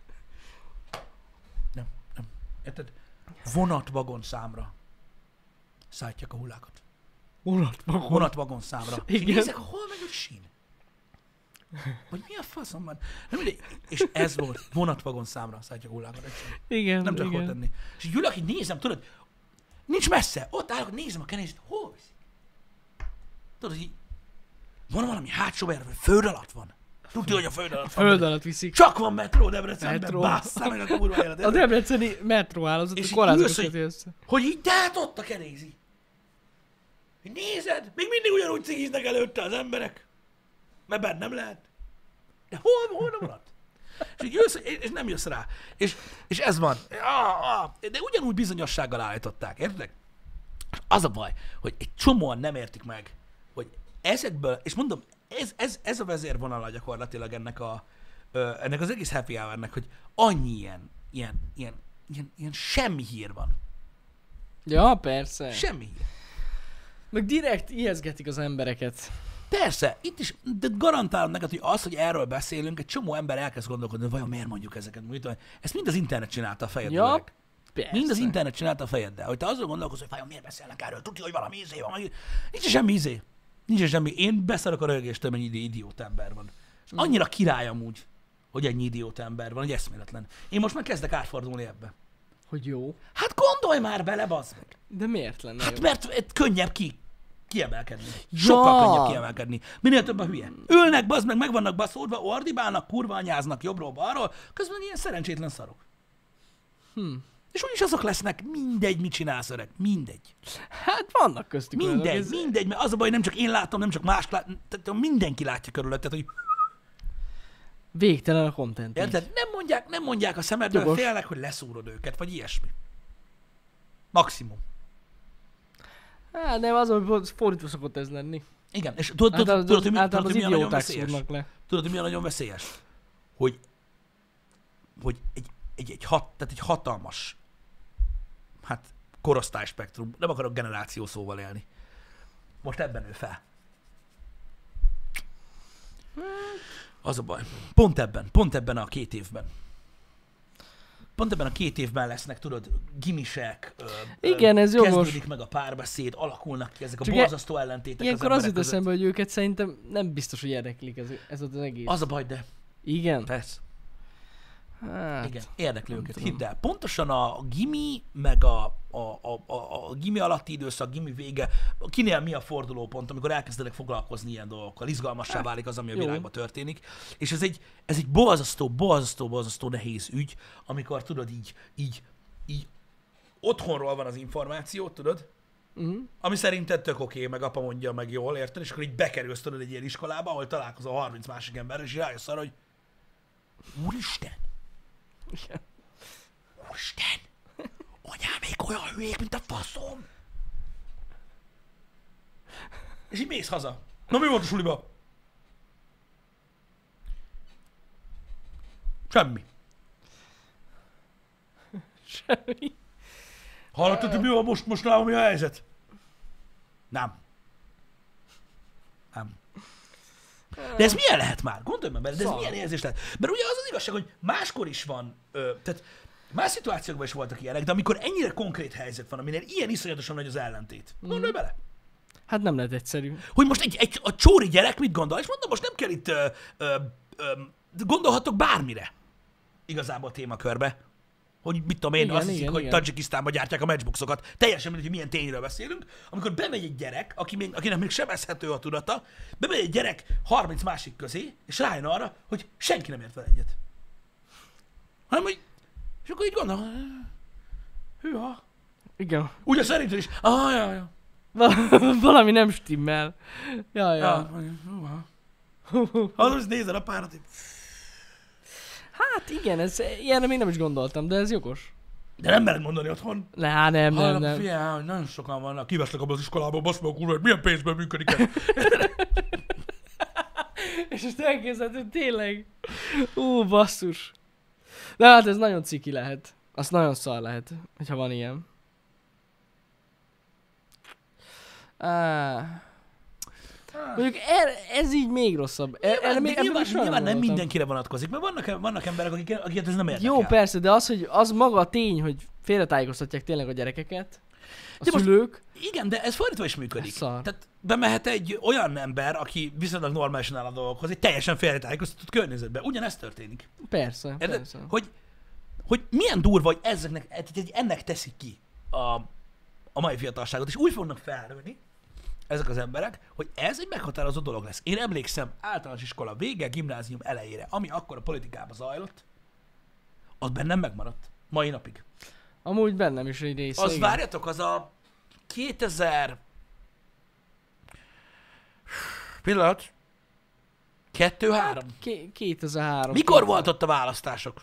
Nem. Érted? Vonatvagon számra szállítják a hullákat. Vonatvagon számra. És Igen. nézek, hol megy a sín? Vagy mi a faszom van? Nem mindegy. És ez volt, vonatvagon számra szállítják a hullákat. Egyszerűen. Igen, Nem tudok hol igen. tenni. És így ülök, így nézem, tudod, nincs messze. Ott állok, nézem a Kennedy-t, hol viszik? Tudod, így van valami hátsó erve, föld alatt van. Tudja, hogy a föld alatt van. Föld alatt viszik. Csak van metró Debrecenben, Metró. basszá meg a kurva élet. A debreceni metróhálózat, És a így korlátokat ülsz, hogy- köti össze. Hogy így, de hát ott a kenézi. Nézed, még mindig ugyanúgy cigiznek előtte az emberek. Mert bennem lehet. De hol maradt? És így jössz, és nem jössz rá. És ez van. De ugyanúgy bizonyossággal állították, érted? És az a baj, hogy egy csomóan nem értik meg, hogy ezekből, és mondom, ez a vezérvonala gyakorlatilag ennek az egész happy hour-nek, hogy annyi ilyen semmi hír van. Ja, persze. Semmi hír. Meg direkt ijeszgetik az embereket. Persze, itt is, de garantálom neked, hogy az, hogy erről beszélünk, egy csomó ember elkezd gondolkodni, hogy vajon miért mondjuk ezeket. Ezt mind az internet csinálta a fejeddel. Ja, Öreg. persze. Mind az internet csinálta a fejeddel. Hogy te azon gondolkozol, hogy vajon miért beszélnek erről, tudja, hogy valami izé van. Nincs semmi izé. Nincs semmi. Én beszarok a röhögéstől, mennyi idióta ember van. És annyira király amúgy, hogy ennyi idióta ember van, hogy eszméletlen. Én most már kezdek átfordulni ebbe. Hogy jó. Hát gondolj már bele, bazd meg. De miért lenne Hát jó? mert könnyebb kiemelkedni. Sokkal könnyebb kiemelkedni. Minél több a hülye. Ülnek, bazd meg vannak baszódva, ordibálnak, kurva anyáznak jobbról-balról, közben ilyen szerencsétlen szarok. És úgyis azok lesznek, mindegy, mit csinálsz, öreg. Mindegy. Hát vannak köztük olyanok, Mindegy, mindegy, mert az a baj, nem csak én látom, nem csak más látom, tehát mindenki látja körülötted, hogy végtelen a content. érted? Nem mondják a szemedről, Jogos. félnek, hogy leszúrod őket, vagy ilyesmi. Maximum. Hát nem, azon fordítva szokott ez lenni. Igen, és tudod, hogy mi a Általában az nagyon idióták veszélyes? szúrnak le. Tudod, hogy mi a nagyon veszélyes? Hogy egy hatalmas, hát korosztályspektrum, nem akarok generáció szóval élni. Most ebben nő fel. Az a baj. Pont ebben a 2 évben. Pont ebben a 2 évben lesznek, tudod, gimisek, Igen, ez jogos. kezdődik meg a párbeszéd, alakulnak ki ezek a Csak borzasztó ellentétek Ilyenkor az az jut emberek között. eszembe, hogy őket szerintem nem biztos, hogy érdeklik ez az egész. Az a baj, de Igen? persze. Hát, Igen, érdekli nem őket, tudom. hidd el. Pontosan a gimi, meg a gimi alatti időszak, gimi vége, kinél mi a fordulópont, amikor elkezdenek foglalkozni ilyen dolgokkal, izgalmassá válik az, ami a jó. világban történik. És ez egy borzasztó nehéz ügy, amikor tudod így otthonról van az információ, tudod, ami szerinted tök oké, meg apa mondja meg jól, érted? És akkor így bekerülsz tudod egy ilyen iskolába, ahol találkozol 30 másik emberrel, és rájössz arra, hogy Úristen! Igen. Úristen! Anyám, még olyan hülyék, mint a faszom! És így mész haza. Na mi volt a suliba? Semmi. Semmi. Hallottad, hogy mi van most nálam, mi a helyzet? Nem. Nem. De ez milyen lehet már? Gondolj már bele, de ez Szar. milyen érzés lehet? Mert ugye az az igazság, hogy máskor is van, tehát más szituációkban is voltak ilyenek, de amikor ennyire konkrét helyzet van, aminél ilyen iszonyatosan nagy az ellentét, gondolj bele. Hát nem lehet egyszerű. Hogy most a csóri gyerek mit gondol, és mondom, most nem kell itt, gondolhatok bármire igazából témakörbe, hogy mit tudom én, Igen, azt hiszik, igen, hogy igen. Tajikisztánban gyártják a matchboxokat. Teljesen mindegy, hogy milyen tényről beszélünk. Amikor bemegy egy gyerek, akinek még sebezhető a tudata, bemegy egy gyerek 30 másik közé, és rájön arra, hogy senki nem ért vele egyet. Hanem, hogy... És akkor így gondol, hűha. Igen. Ugye szerinted is, ja. Valami nem stimmel. Ja. Hűha. Az nézed a párat, így... Hát igen, ilyenre még nem is gondoltam, de ez jogos. De nem mered mondani otthon. Nem. Figyelj, hogy nagyon sokan vannak, kivesznek abban az iskolából, basz meg a kurva, hogy milyen pénzből működik ez. És ezt elképzeled, hogy tényleg. Basszus. De hát ez nagyon ciki lehet. Az nagyon szar lehet, hogyha van ilyen. Mondjuk ez így még rosszabb. Nyilván nem mindenkire vonatkozik, mert vannak emberek, akiket ez nem érdekel. Jó, persze, de az maga a tény, hogy félretájékoztatják tényleg a gyerekeket, a De most- szülők. Igen, de ez fordítva is működik. Ez szar. Tehát bemehet egy olyan ember, aki viszonylag normálisan áll a dolgokhoz, egy teljesen félretájékoztatott környezetben. Ugyanezt történik. Persze, Érted? persze. Hogy milyen durva, hogy ennek teszik ki a mai fiatalságot, és úgy fognak felnőni ezek az emberek, hogy ez egy meghatározó dolog lesz. Én emlékszem általános iskola vége, gimnázium elejére, ami akkor a politikában zajlott, az bennem megmaradt. Mai napig. Amúgy bennem is egy része. Az igen. várjatok, az a 2000... Pillanat. 2-3. 2003. Mikor volt ott a választások?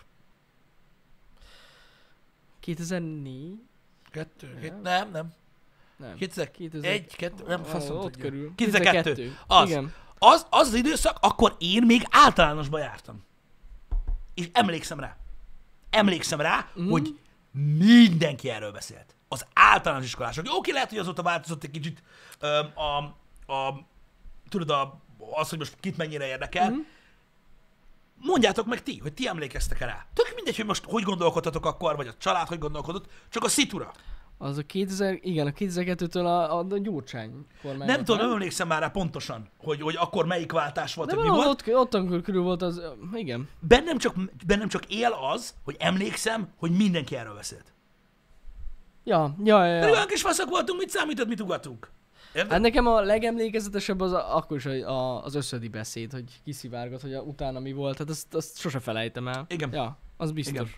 2004? 2? Nem. Nem. 2001, 2, nem faszom Ott tudja. körül. 2002. Az. Igen. Az időszak, akkor én még általánosba jártam. És emlékszem rá, hogy mindenki erről beszélt. Az általános iskolások. Oké, lehet, hogy azóta változott egy kicsit tudod, az, hogy most kit mennyire érdekel. Mondjátok meg ti, hogy ti emlékeztek rá. Tök mindegy, hogy most hogy gondolkodtatok akkor, vagy a család hogy gondolkodott, csak a szitura. Az a 2000, igen, a 2002-től a Gyurcsány kormány. Nem tudom, nem emlékszem már rá pontosan, hogy akkor melyik váltás volt, de hogy mi volt. ott körül volt az, igen. Bennem csak él az, hogy emlékszem, hogy mindenki erről beszélt. Ja. Pedig olyan kis faszok voltunk, mit számított, mit ugatunk. Érted? Hát nekem a legemlékezetesebb az akkor is az összödi beszéd, hogy kiszivárgott, hogy utána mi volt, hát azt sose felejtem el. Igen. Ja, az biztos.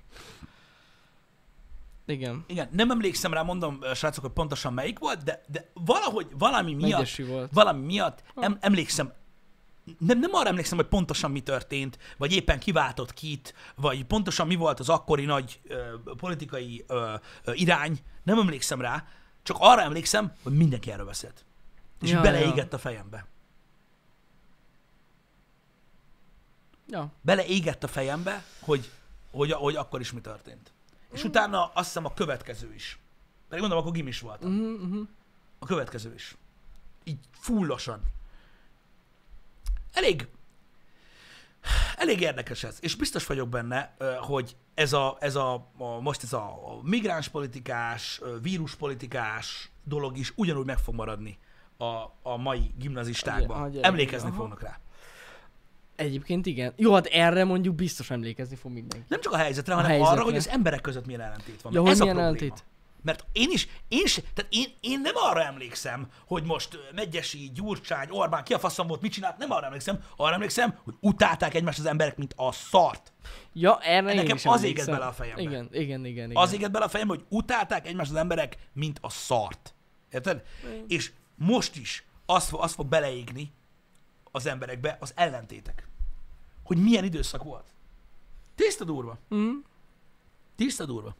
Igen. Igen, nem emlékszem rá, mondom, srácok, hogy pontosan melyik volt, de valahogy Volt. valami miatt emlékszem, nem arra emlékszem, hogy pontosan mi történt, vagy éppen kiváltott kit, vagy pontosan mi volt az akkori nagy politikai irány, nem emlékszem rá, csak arra emlékszem, hogy mindenki erről beszélt. És beleégett a fejembe. Ja. Beleégett a fejembe, hogy akkor is mi történt. És utána azt hiszem a következő is. Pedig mondom, akkor gimis voltam. A következő is. Így fullosan. Elég érdekes ez. És biztos vagyok benne, hogy most ez a migránspolitikás, víruspolitikás dolog is ugyanúgy meg fog maradni a mai gimnazistákban. Emlékezni fognak rá. Egyébként igen. Jó, hát erre mondjuk biztos emlékezni fog mindenki. Nem csak a helyzetre, hanem arra, hogy az emberek között milyen ellentét van. Ja, ez a milyen probléma. ellentét? Mert én nem arra emlékszem, hogy most Medgyessy, Gyurcsány, Orbán, ki a faszom volt, mit csinált, nem arra emlékszem. Arra emlékszem, hogy utálták egymást az emberek, mint a szart. Ja, erre én nekem is az éget bele a fejembe. Igen. Az éget bele a fejembe, hogy utálták egymást az emberek, mint a szart. Érted? És most is az fog beleégni az emberekbe az ellentétek. Hogy milyen időszak volt. Tiszta durva. Tiszta durva.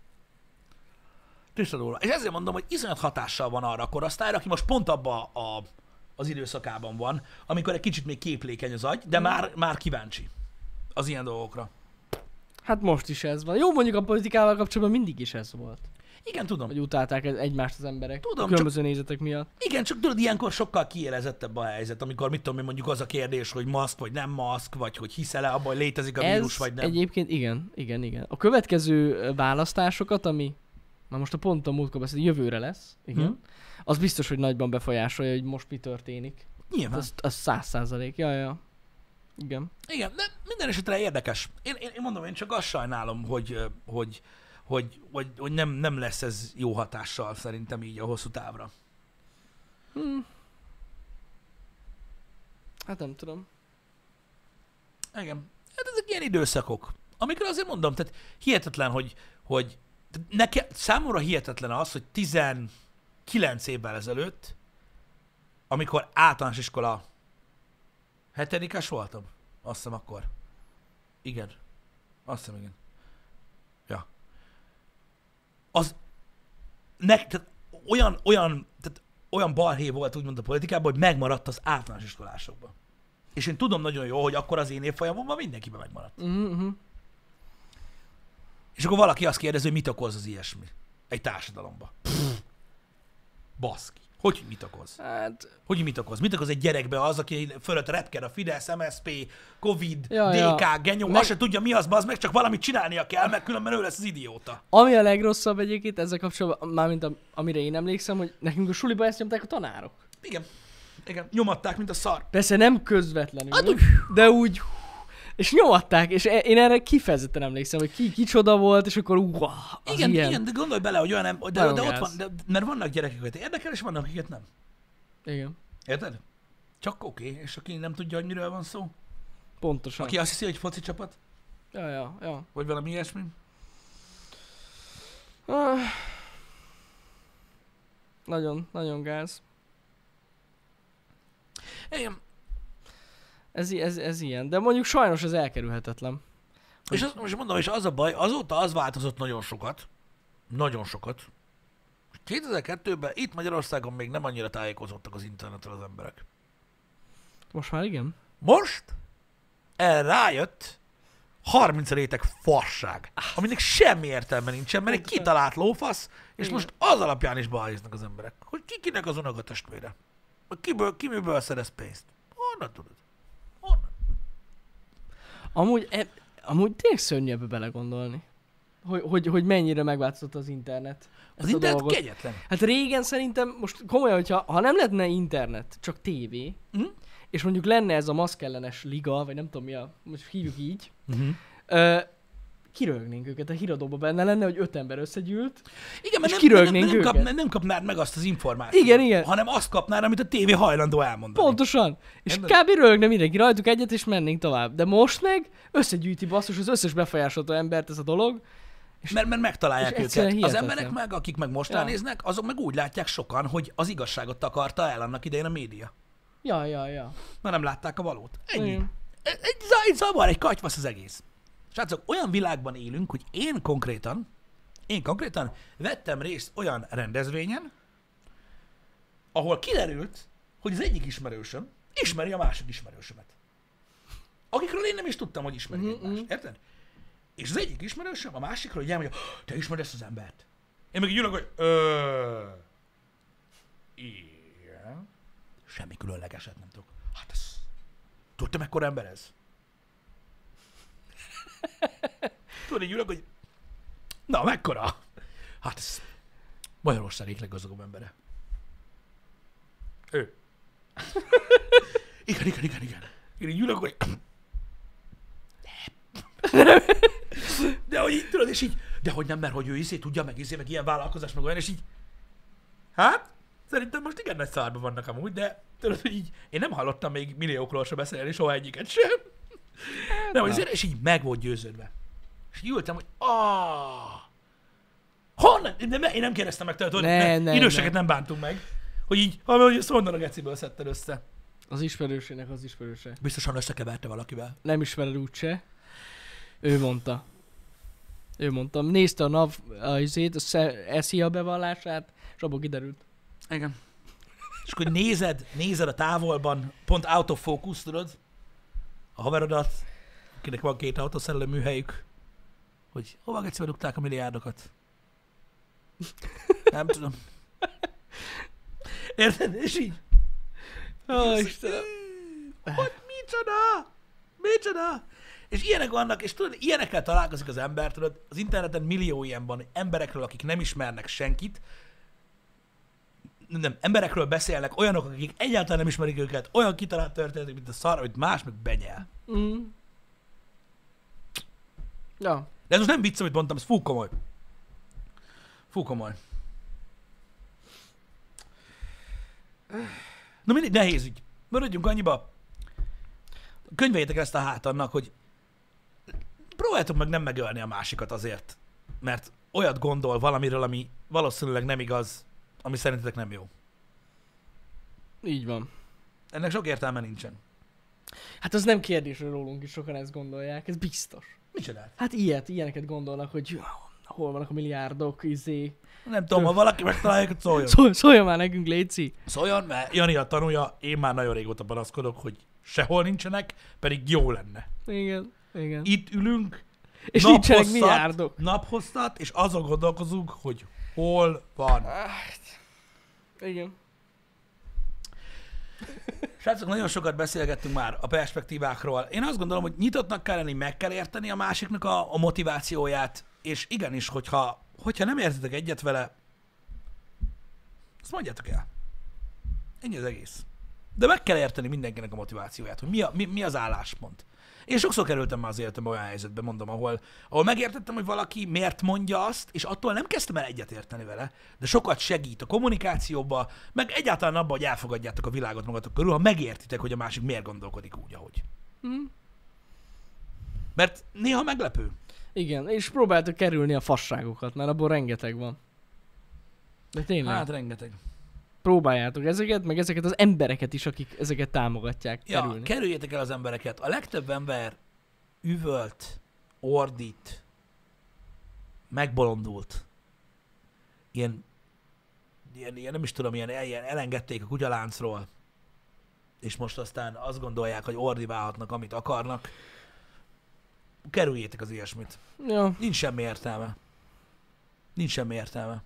És ezért mondom, hogy iszonyat hatással van arra a korosztályra, aki most pont abban az időszakában van, amikor egy kicsit még képlékeny az agy, de már kíváncsi az ilyen dolgokra. Hát most is ez van. Jó, mondjuk a politikával kapcsolatban mindig is ez volt. Igen, tudom. Hogy utálták egymást az emberek. Tudom, különböző nézetek miatt. Igen, csak tudod, ilyenkor sokkal kiélezettebb a helyzet, amikor mit tudom én, mondjuk az a kérdés, hogy maszk vagy nem maszk, vagy hogy hiszel-e abban, hogy létezik a vírus, vagy nem. Egyébként igen. A következő választásokat, ami már most a múltkor beszél, jövőre lesz, igen. Az biztos, hogy nagyban befolyásolja, hogy most mi történik. Nyilván. Az 100%. Ja. Igen. Igen, de minden esetre érdekes. Én mondom, én csak azt sajnálom, hogy nem lesz ez jó hatással szerintem így a hosszú távra. Hát nem tudom. Igen. Hát ezek ilyen időszakok, amikor azért mondom, tehát hihetetlen, hogy számomra hihetetlen az, hogy 19 évvel ezelőtt, amikor általános iskola 7-es voltam, azt hiszem akkor. Igen. Azt hiszem, igen. Ja. Tehát olyan balhé volt úgymond a politikában, hogy megmaradt az általános iskolásokban. És én tudom nagyon jó, hogy akkor az én évfolyamomban mindenkiben megmaradt. És akkor valaki azt kérdezi, hogy mit okoz az ilyesmi egy társadalomba. Baszki. Hogy mit okoz? Hát... Hogy mit okoz? Mit okoz egy gyerekbe az, aki fölött repked a Fidesz, MSZP, Covid, ja. DK, Genyó, azt se tudja mi az, bazd meg, csak valamit csinálnia kell, mert különben ő lesz az idióta. Ami a legrosszabb egyébként ezzel kapcsolatban, mármint amire én emlékszem, hogy nekünk a suliba ezt nyomták a tanárok. Igen. Nyomatták, mint a szar. Persze nem közvetlenül, hát, de úgy... És nyomatták, és én erre kifejezetten emlékszem, hogy kicsoda volt, és akkor igen, de gondolj bele, hogy olyan, de ott van, mert vannak gyerekek, akiket érdekel, és vannak, akiket nem. Igen. Érted? Csak oké, és aki nem tudja, hogy miről van szó. Pontosan. Aki azt hiszi, hogy foci csapat. Ja. Vagy valami ilyesmi. Nagyon gáz. Igen. Ez ilyen, de mondjuk sajnos ez elkerülhetetlen. És most mondom, és az a baj, azóta az változott nagyon sokat. 2002-ben itt Magyarországon még nem annyira tájékozottak az internetről az emberek. Most már igen? Most erre rájött 30 réteg fasság, aminek semmi értelme nincsen, mert egy kitalált lófasz, és most az alapján is balhéznak az emberek, hogy kinek az unoka testvére. Ki miből szerez pénzt. Honnan tudod? Honnan? Amúgy tényleg szörnyű ebbe belegondolni. Hogy mennyire megváltozott az internet. Az internet kegyetlen. Hát régen szerintem, most komolyan, hogyha ha nem lenne internet, csak tévé, és mondjuk lenne ez a maszkellenes liga, vagy nem tudom mi most hívjuk így, kirögnénk őket, a híradóban benne lenne, hogy 5 ember összegyűlt, igen, mert és kirögnénk őket. nem kapnád meg azt az információt. Igen. Hanem azt kapnád, amit a tévé hajlandó elmondani. Pontosan. És kb. Rögne mindenki rajtuk egyet, és mennénk tovább. De most meg összegyűjti basszus az összes befolyásolható embert ez a dolog. Mert megtalálják őket. Az hihetetlen. emberek meg, akik meg most ránéznek, azok meg úgy látják sokan, hogy az igazságot takarta el annak idején a média. Ja. Mert nem látták a valót. Ennyi. Igen. Egy zavar, egy katyvasz az egész. Srácok, olyan világban élünk, hogy én konkrétan vettem részt olyan rendezvényen, ahol kiderült, hogy az egyik ismerősöm ismeri a másik ismerősömet. Akikről én nem is tudtam, hogy ismerik egymást. Érted? És az egyik ismerősöm a másikról így elmondja, te ismered ezt az embert? Én meg így ülök, hogy igen. Semmi különlegeset nem tudok. Hát ez... Tudta, mekkora ember ez? Tudod, így ülök, hogy... Na, mekkora? Hát ez... Magyarország egyik leggazdagabb embere. Ő. Igen. Én így ülök, hogy... De hogy így, tudod, és így... De hogy nem, mert hogy ő tudja, meg ilyen vállalkozás, meg olyan, és így... Hát... Szerintem most igen nagy szárba vannak amúgy, de tudod, hogy így... Én nem hallottam még milliókról se beszélni, soha egyiket sem. Nem, hogy és így meg volt győződve. És így ültem, hogy honnan? De én nem kérdeztem meg tőle, hogy időseket nem bántunk meg. Hogy így, hogy ezt honnan a geciből szedted össze. Az ismerősének az ismerőse. Biztosan összekeverte valakivel. Nem ismered úgyse. Ő mondta. Nézte a NAV eszi a bevallását, és abból kiderült. Igen. És akkor nézed a távolban, pont out of focus, tudod? A haverodat, akinek van 2 autószerelő műhelyük, hogy hova gecibe dugták a milliárdokat. Nem tudom. Érted? És így. Istenem. Hogy micsoda? És ilyenek vannak, és tudod, ilyenekkel találkozik az ember, tudod, az interneten millió ilyen van, emberekről, akik nem ismernek senkit, nem, emberekről beszélnek, olyanok, akik egyáltalán nem ismerik őket, olyan kitalált történetek, mint a szar, amit más meg benyel. Ja. De ez most nem vicc, amit mondtam, ez fú komoly. Na mindig nehéz ügy. Maradjunk annyiba. Könyveljétek ezt a hát annak, hogy próbáljátok meg nem megölni a másikat azért, mert olyat gondol valamiről, ami valószínűleg nem igaz, ami szerintetek nem jó. Így van. Ennek sok értelme nincsen. Hát az nem kérdés, hogy rólunk is sokan ezt gondolják, ez biztos. Micsoda? Hát ilyeneket gondolnak, hogy hol vannak a milliárdok, Nem tudom, ha valaki megtalálja, hogy szóljon. Szóljon már nekünk, léci. Szóljon, mert Jani a tanulja, én már nagyon régóta panaszkodok, hogy sehol nincsenek, pedig jó lenne. Igen. Itt ülünk, és nincsenek milliárdok. Naphoztat, és azon gondolkozunk, hogy hol van. Igen. Srácok, nagyon sokat beszélgettünk már a perspektívákról. Én azt gondolom, hogy nyitottnak kell lenni, meg kell érteni a másiknak a motivációját, és igenis, hogyha nem értetek egyet vele, azt mondjátok el. Ennyi az egész. De meg kell érteni mindenkinek a motivációját, hogy mi az álláspont. Én sokszor kerültem már az életembe olyan helyzetbe, mondom, ahol megértettem, hogy valaki miért mondja azt, és attól nem kezdtem el egyetérteni vele, de sokat segít a kommunikációba, meg egyáltalán abban, hogy elfogadjátok a világot magatok körül, ha megértitek, hogy a másik miért gondolkodik úgy, ahogy. Mert néha meglepő. Igen, és próbáltok kerülni a fasságokat, mert abból rengeteg van. De tényleg. Hát rengeteg. Próbáljátok ezeket, meg ezeket az embereket is, akik ezeket támogatják kerülni. Kerüljétek el az embereket. A legtöbb ember üvölt, ordít, megbolondult. Ilyen nem is tudom, ilyen elengedték a kutyaláncról, és most aztán azt gondolják, hogy ordibálhatnak, amit akarnak. Kerüljétek az ilyesmit. Ja. Nincs semmi értelme.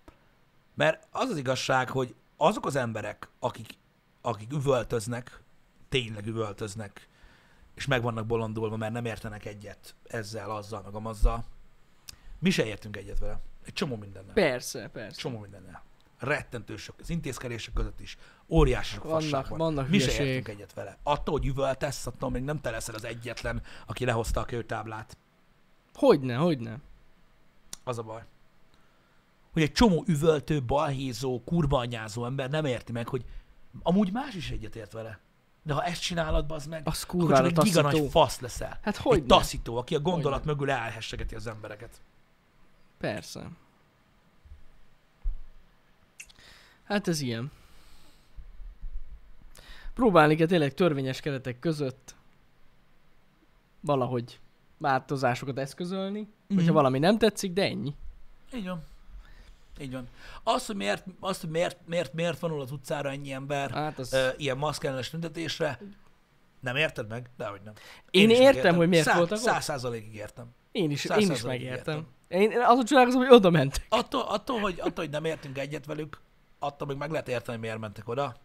Mert az az igazság, hogy azok az emberek, akik üvöltöznek, tényleg üvöltöznek, és meg vannak bolondulva, mert nem értenek egyet ezzel, azzal, meg amazzal. Mi se értünk egyet vele. Egy csomó mindennel. Persze. Csomó mindennel. Rettentő sok. Az intézkedések között is óriási sok fasság van. Vannak Mi se hülyeségek. értünk egyet vele. Attól, hogy üvöltesz, attól még nem te leszel az egyetlen, aki lehozta a kőtáblát. Hogyne. Az a baj. Hogy egy csomó üvöltő, balhézó, kurbaanyázó ember nem érti meg, hogy amúgy más is egyetért vele. De ha ezt csinálod, bazd meg, Az akkor kurvára csak egy giga taszító. nagy fasz leszel. Hát Egy hogyne. taszító, aki a gondolat Hogyne. mögül elhessegeti az embereket. Persze. Hát ez ilyen. Próbálni kell tényleg törvényes keretek között valahogy változásokat eszközölni, hogyha valami nem tetszik, de ennyi. Így van. Így van. Azt, hogy miért vonul az utcára ennyi ember Hát az... ilyen maszkellenes tüntetésre, nem érted meg? Dehogy nem. Én is értem, megértem. hogy miért voltak ott. 100%-ig értem. Én is 100%-ig megértem. Én azon csodálkozom, hogy oda mentek. Attól, hogy nem értünk egyet velük, attól még meg lehet érteni, miért mentek oda.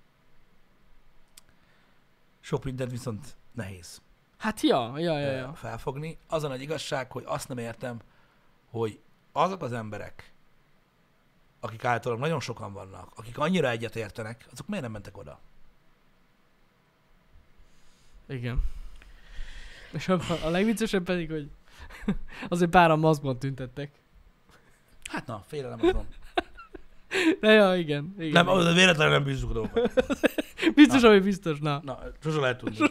Sok mindent viszont nehéz Hát ja. felfogni. Az a nagy igazság, hogy azt nem értem, hogy azok az emberek, akik általában nagyon sokan vannak, akik annyira egyet értenek, azok miért nem mentek oda? Igen. És a legviccesebb pedig, hogy azért páran maszkban tüntettek. Hát na, félelem azon. De ja, igen. Nem, véletlenül nem bízzuk a dolgokat. Biztos, hogy biztos, na. Na, sose lehet tudni.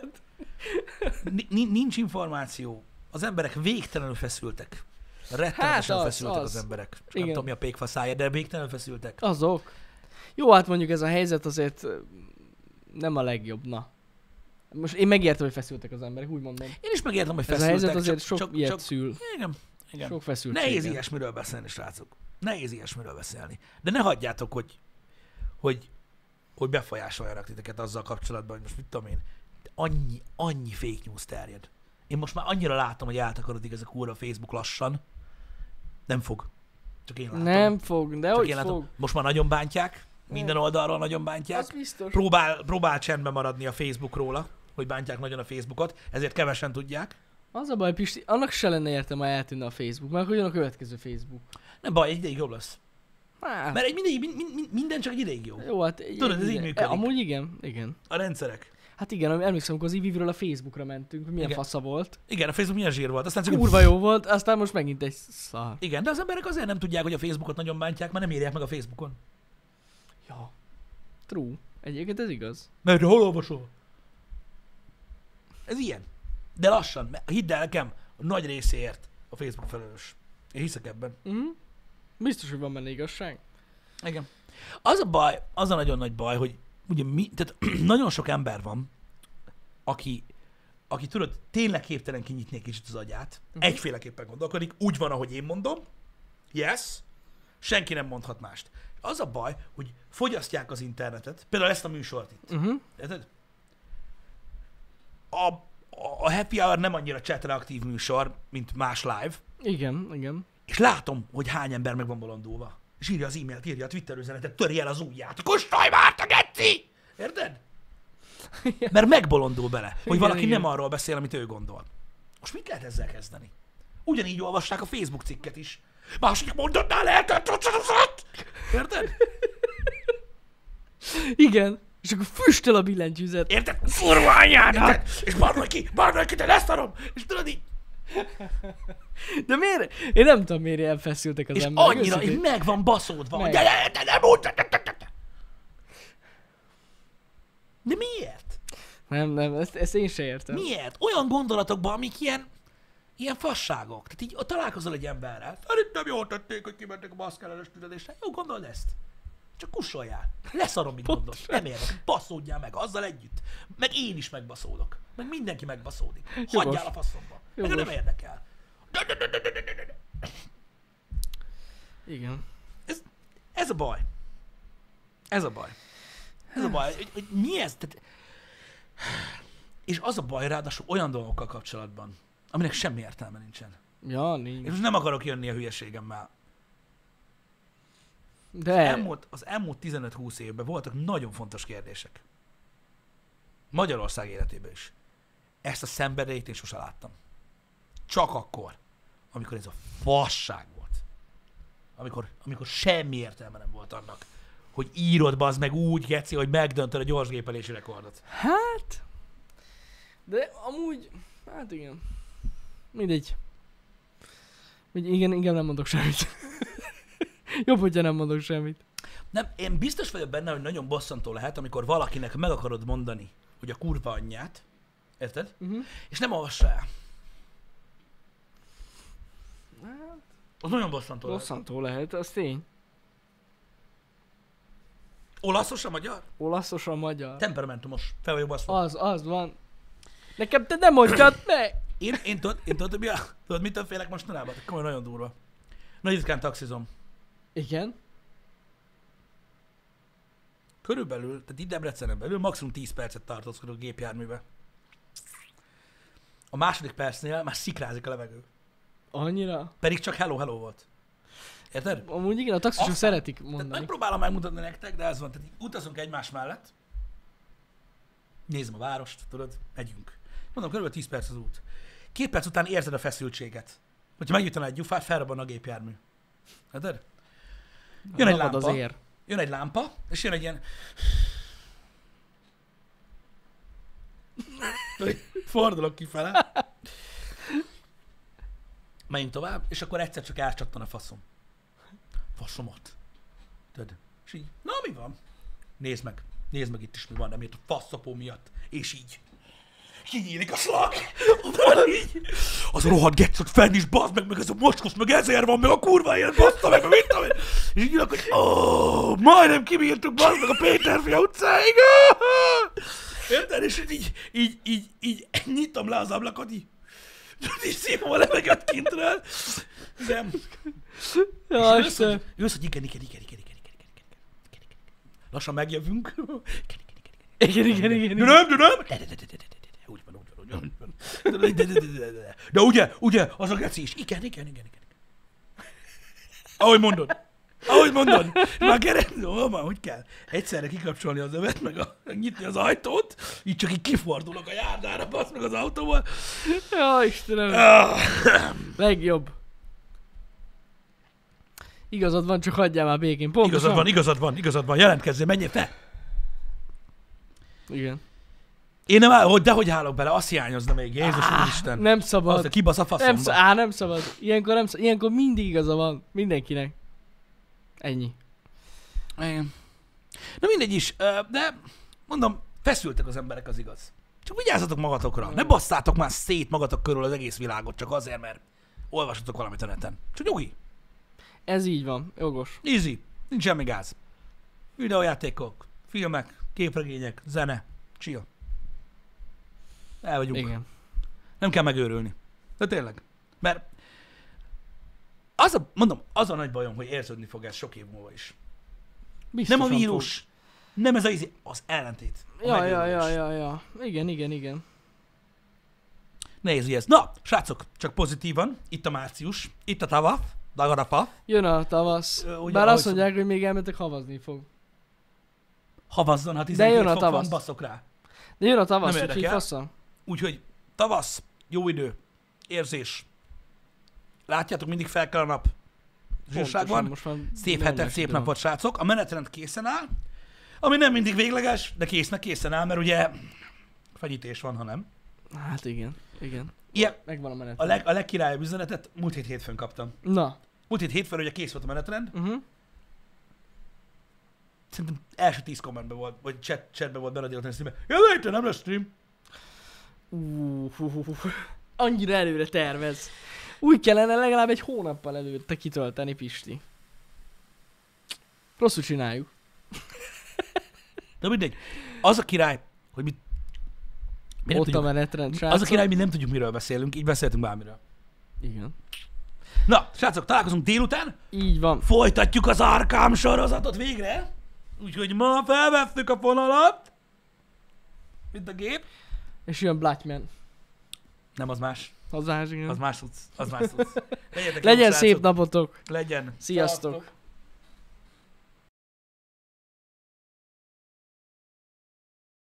Nincs információ. Az emberek végtelenül feszültek. Rettenetesen Hát feszültek az emberek. Csak nem Igen. tudom, mi a pékfaszája, de végtelenül feszültek. Azok. Jó, hát mondjuk ez a helyzet azért nem a legjobb, na. Most én megértem, hogy feszültek az emberek, úgy mondom. Én is megértem, hogy Ez a feszültek. helyzet azért sok ilyet csak, szül. igen. Sok feszültséget. Nehéz ilyesmiről beszélni, srácok. Nehéz ilyesmiről beszélni. De ne hagyjátok, hogy befolyásoljanak titeket azzal kapcsolatban, hogy most mit tudom én, annyi fake news terjed. Én most már annyira látom, hogy eltakarodik ez a kurva Facebook lassan. Nem fog. Csak én látom. Nem fog, de Csak hogy én látom. fog? Most már nagyon bántják. Minden oldalról nagyon bántják. Az biztos. Próbál csendben maradni a Facebook róla, hogy bántják nagyon a Facebookot, ezért kevesen tudják. Az a baj, Pisti, annak se lenne értem, ha eltűnne a Facebook, mert hogy jön a következő Facebook. Nem baj, egy ideig jobb lesz. Hát, Mert minden csak egy ideig jó. jó, hát... Tudod, ez így működik. Amúgy igen. A rendszerek. Hát igen, emlékszem, amikor az Ivivről a Facebookra mentünk, hogy milyen Igen. fasza volt. Igen, a Facebook milyen zsír volt. Aztán csak Kurva jó volt, aztán most megint egy szar. Igen, de az emberek azért nem tudják, hogy a Facebookot nagyon bántják, mert nem írják meg a Facebookon. Ja. True. Egyébként ez igaz. Mert hol olvasol? Ez ilyen. De lassan, hidd el nekem, a nagy részéért a Facebook felelős. Én hiszek ebben. Biztos, hogy van benne igazság. Igen. Az a baj, az a nagyon nagy baj, hogy ugye tehát nagyon sok ember van, aki tudod, tényleg képtelen kinyitni egy kicsit az agyát, egyféleképpen gondolkodik, úgy van, ahogy én mondom, yes, senki nem mondhat mást. Az a baj, hogy fogyasztják az internetet, például ezt a műsort itt. Érted? A Happy Hour nem annyira chatre aktív műsor, mint más live, Igen. és látom, hogy hány ember meg van bolondulva. És írja az e-mailt, írja a Twitter üzenetet, törj el az ujját, kóstolj már, te geci! Érted? Mert megbolondul bele, hogy valaki igen. nem arról beszél, amit ő gondol. Most mit lehet ezzel kezdeni? Ugyanígy olvassák a Facebook cikket is. Másik mondatnál lehetett, érted? Igen. És akkor füstöl a billentyűzet. Érted? Furva anyádat! És barnolj ki, te lesztarom! És tudod így, De miért? Én nem tudom, miért ilyen feszültek az és emberek. annyira, Őszintén. és meg van baszódva. Meg. De nem mondd! De miért? Nem, ezt én se értem. Miért? Olyan gondolatokban, amik ilyen fasságok. Tehát így találkozol egy emberrel. Szerintem jól tették, hogy kimentek a maszkellenes tüntetésre. Jó, gondold ezt. Csak kussoljál. Leszarom, mit gondol. Nem érdekel. Baszódjál meg azzal együtt. Meg én is megbaszódok. Meg mindenki megbaszódik. Hagyjál a faszomba. Meg nem érdekel. Igen. Ez a baj. Ez a baj. Hogy mi ez? Tehát... És az a baj ráadásul olyan dolgokkal kapcsolatban, aminek semmi értelme nincsen. Ja, nincs. És most nem akarok jönni a hülyeségemmel. De... Az elmúlt 15-20 évben voltak nagyon fontos kérdések. Magyarország életében is. Ezt a szenvedélyt én sose láttam. Csak akkor, amikor ez a fasság volt. Amikor semmi értelme nem volt annak, hogy írod bazd meg úgy, geci, hogy megdöntöd a gyorsgépelési rekordot. Hát... De amúgy... Hát igen. Mindegy. Igen, nem mondok semmit. Jobb, hogyha nem mondok semmit. Nem, én biztos vagyok benne, hogy nagyon bosszantó lehet, amikor valakinek meg akarod mondani, hogy a kurva anyját, érted? És nem olvassa el. Hát, Az nagyon bosszantó lehet. bosszantó lehet, az tény. Olaszos a magyar? Olaszos a magyar. Temperamentumos. Fel vagyok baszva. Az van. Nekem te nem mondjad meg! Én tudod, mitől félek mostanában? Komoly, nagyon durva. Nagy ritkán taxizom. Igen? Körülbelül, tehát itt Debrecenen belül maximum 10 percet tartózkodok a gépjárműbe. A második percnél már szikrázik a levegő. Annyira? Pedig csak hello volt. Érted? Amúgy igen, a taxisok Aztán- szeretik Tehát mondani. megpróbálom megmutatni nektek, de ez van. Tehát így utazunk egymás mellett. Nézem a várost, tudod, megyünk. Mondom, körülbelül 10 perc az út. 2 perc után érzed a feszültséget. Hogyha megütene egy gyufát, felrobban a gépjármű. Érted? Jön egy Labad lámpa. az ér. Jön egy lámpa, és jön egy ilyen... Fordulok kifele. Menjünk tovább, és akkor egyszer csak elcsattan a faszom. Faszomat. Tudod? És így, na mi van? Nézd meg itt is mi van, nem ért a faszapó miatt. És így. Kinyílik a slag. Így. Az a rohadt getszot fenn is, bazd meg ez a mocskos, meg 1000 van, meg a kurva élet, bassza meg, mit tudom én. És így ülök, hogy majdnem kibírtuk, bazd meg a Péterfia utcáig. Érted? És így nyitom le az ablakot, így szépom a levegőt kintről. Nem. Ja, És Isten. jössz, hogy igen. Lassan megjövünk. Igen. De nem. Úgy van. De ugye, az a geci is. Igen. Ahogy mondod. Már már hogy kell? Egyszerre kikapcsolni az övet, meg nyitni az ajtót, így csak így kifordulok a járdára, basz meg az autóval. Ja, Istenem. Legjobb. Igazad van, csak hagyjál már békén. Pontosan. Igazad van, jelentkezzél, menjél fel. Igen. Én nem állok, dehogy állok bele, azt hiányozna még, Jézus Úristen. Nem szabad. Azt kibasz a faszomba. Nem szabad. Ilyenkor mindig igaza van. Mindenkinek. Ennyi. Igen. Na mindegy is, de mondom, feszültek az emberek, az igaz. Csak vigyázzatok magatokra, ne basszátok már szét magatok körül az egész világot, csak azért, mert olvasatok valamit a neten. Csak nyugi, Ez így van. Jogos. easy, nincs semmi gáz. Videójátékok, filmek, képregények, zene, chill. El vagyunk. Igen. Nem kell megőrülni. De tényleg. Mert az a nagy bajom, hogy érződni fog ez sok év múlva is. Biztosan Nem a vírus, nem ez az ellentét. A megőrülés. Ja. Igen. Nehéz ez. Na, srácok, csak pozitívan. Itt a március, itt a tavasz, dagarafa. Jön a tavasz. Ugye, Bár ahogy azt mondják, hogy még elmentek havazni fog. Havazzon, ha De jön 12 a fok tavasz. van, basszok rá. De jön a tavasz, Nem úgyhogy érdekel. faszom. Úgyhogy tavasz, jó idő, érzés. Látjátok, mindig fel kell a nap. Zsírság van. Most már Szép hetet, rendes szép idő van. napot, srácok. A menetrend készen áll, ami nem mindig végleges, de készen áll, mert ugye fenyítés van, ha nem. Hát igen. Ilyen, Megvan a menet. a legkirályabb üzenetet múlt hét hétfőn kaptam. Na. Múlt hét hétfőn ugye kész volt a menetrend. Szerintem első 10 kommentben volt, vagy chatben volt benne délután streamben. Jövő héten nem lesz stream. Annyira előre tervez. Úgy kellene legalább egy hónappal előtte kitölteni, Pisti. Rosszul csináljuk. De mindegy. Az a király, hogy mi nem Ott a tudjuk, menetrend, az srácok. a király, mi nem tudjuk, miről beszélünk, így beszéltünk bármiről. Igen. Na, srácok, találkozunk délután, Így van. folytatjuk az Arkham sorozatot végre. Úgyhogy ma felvesszük a fonalat. Mint a gép. És jön Blackman. Nem, az más. Az más, igen. Az más tudsz. Legyetek jók, Legyen srácok. szép napotok. Legyen. Sziasztok.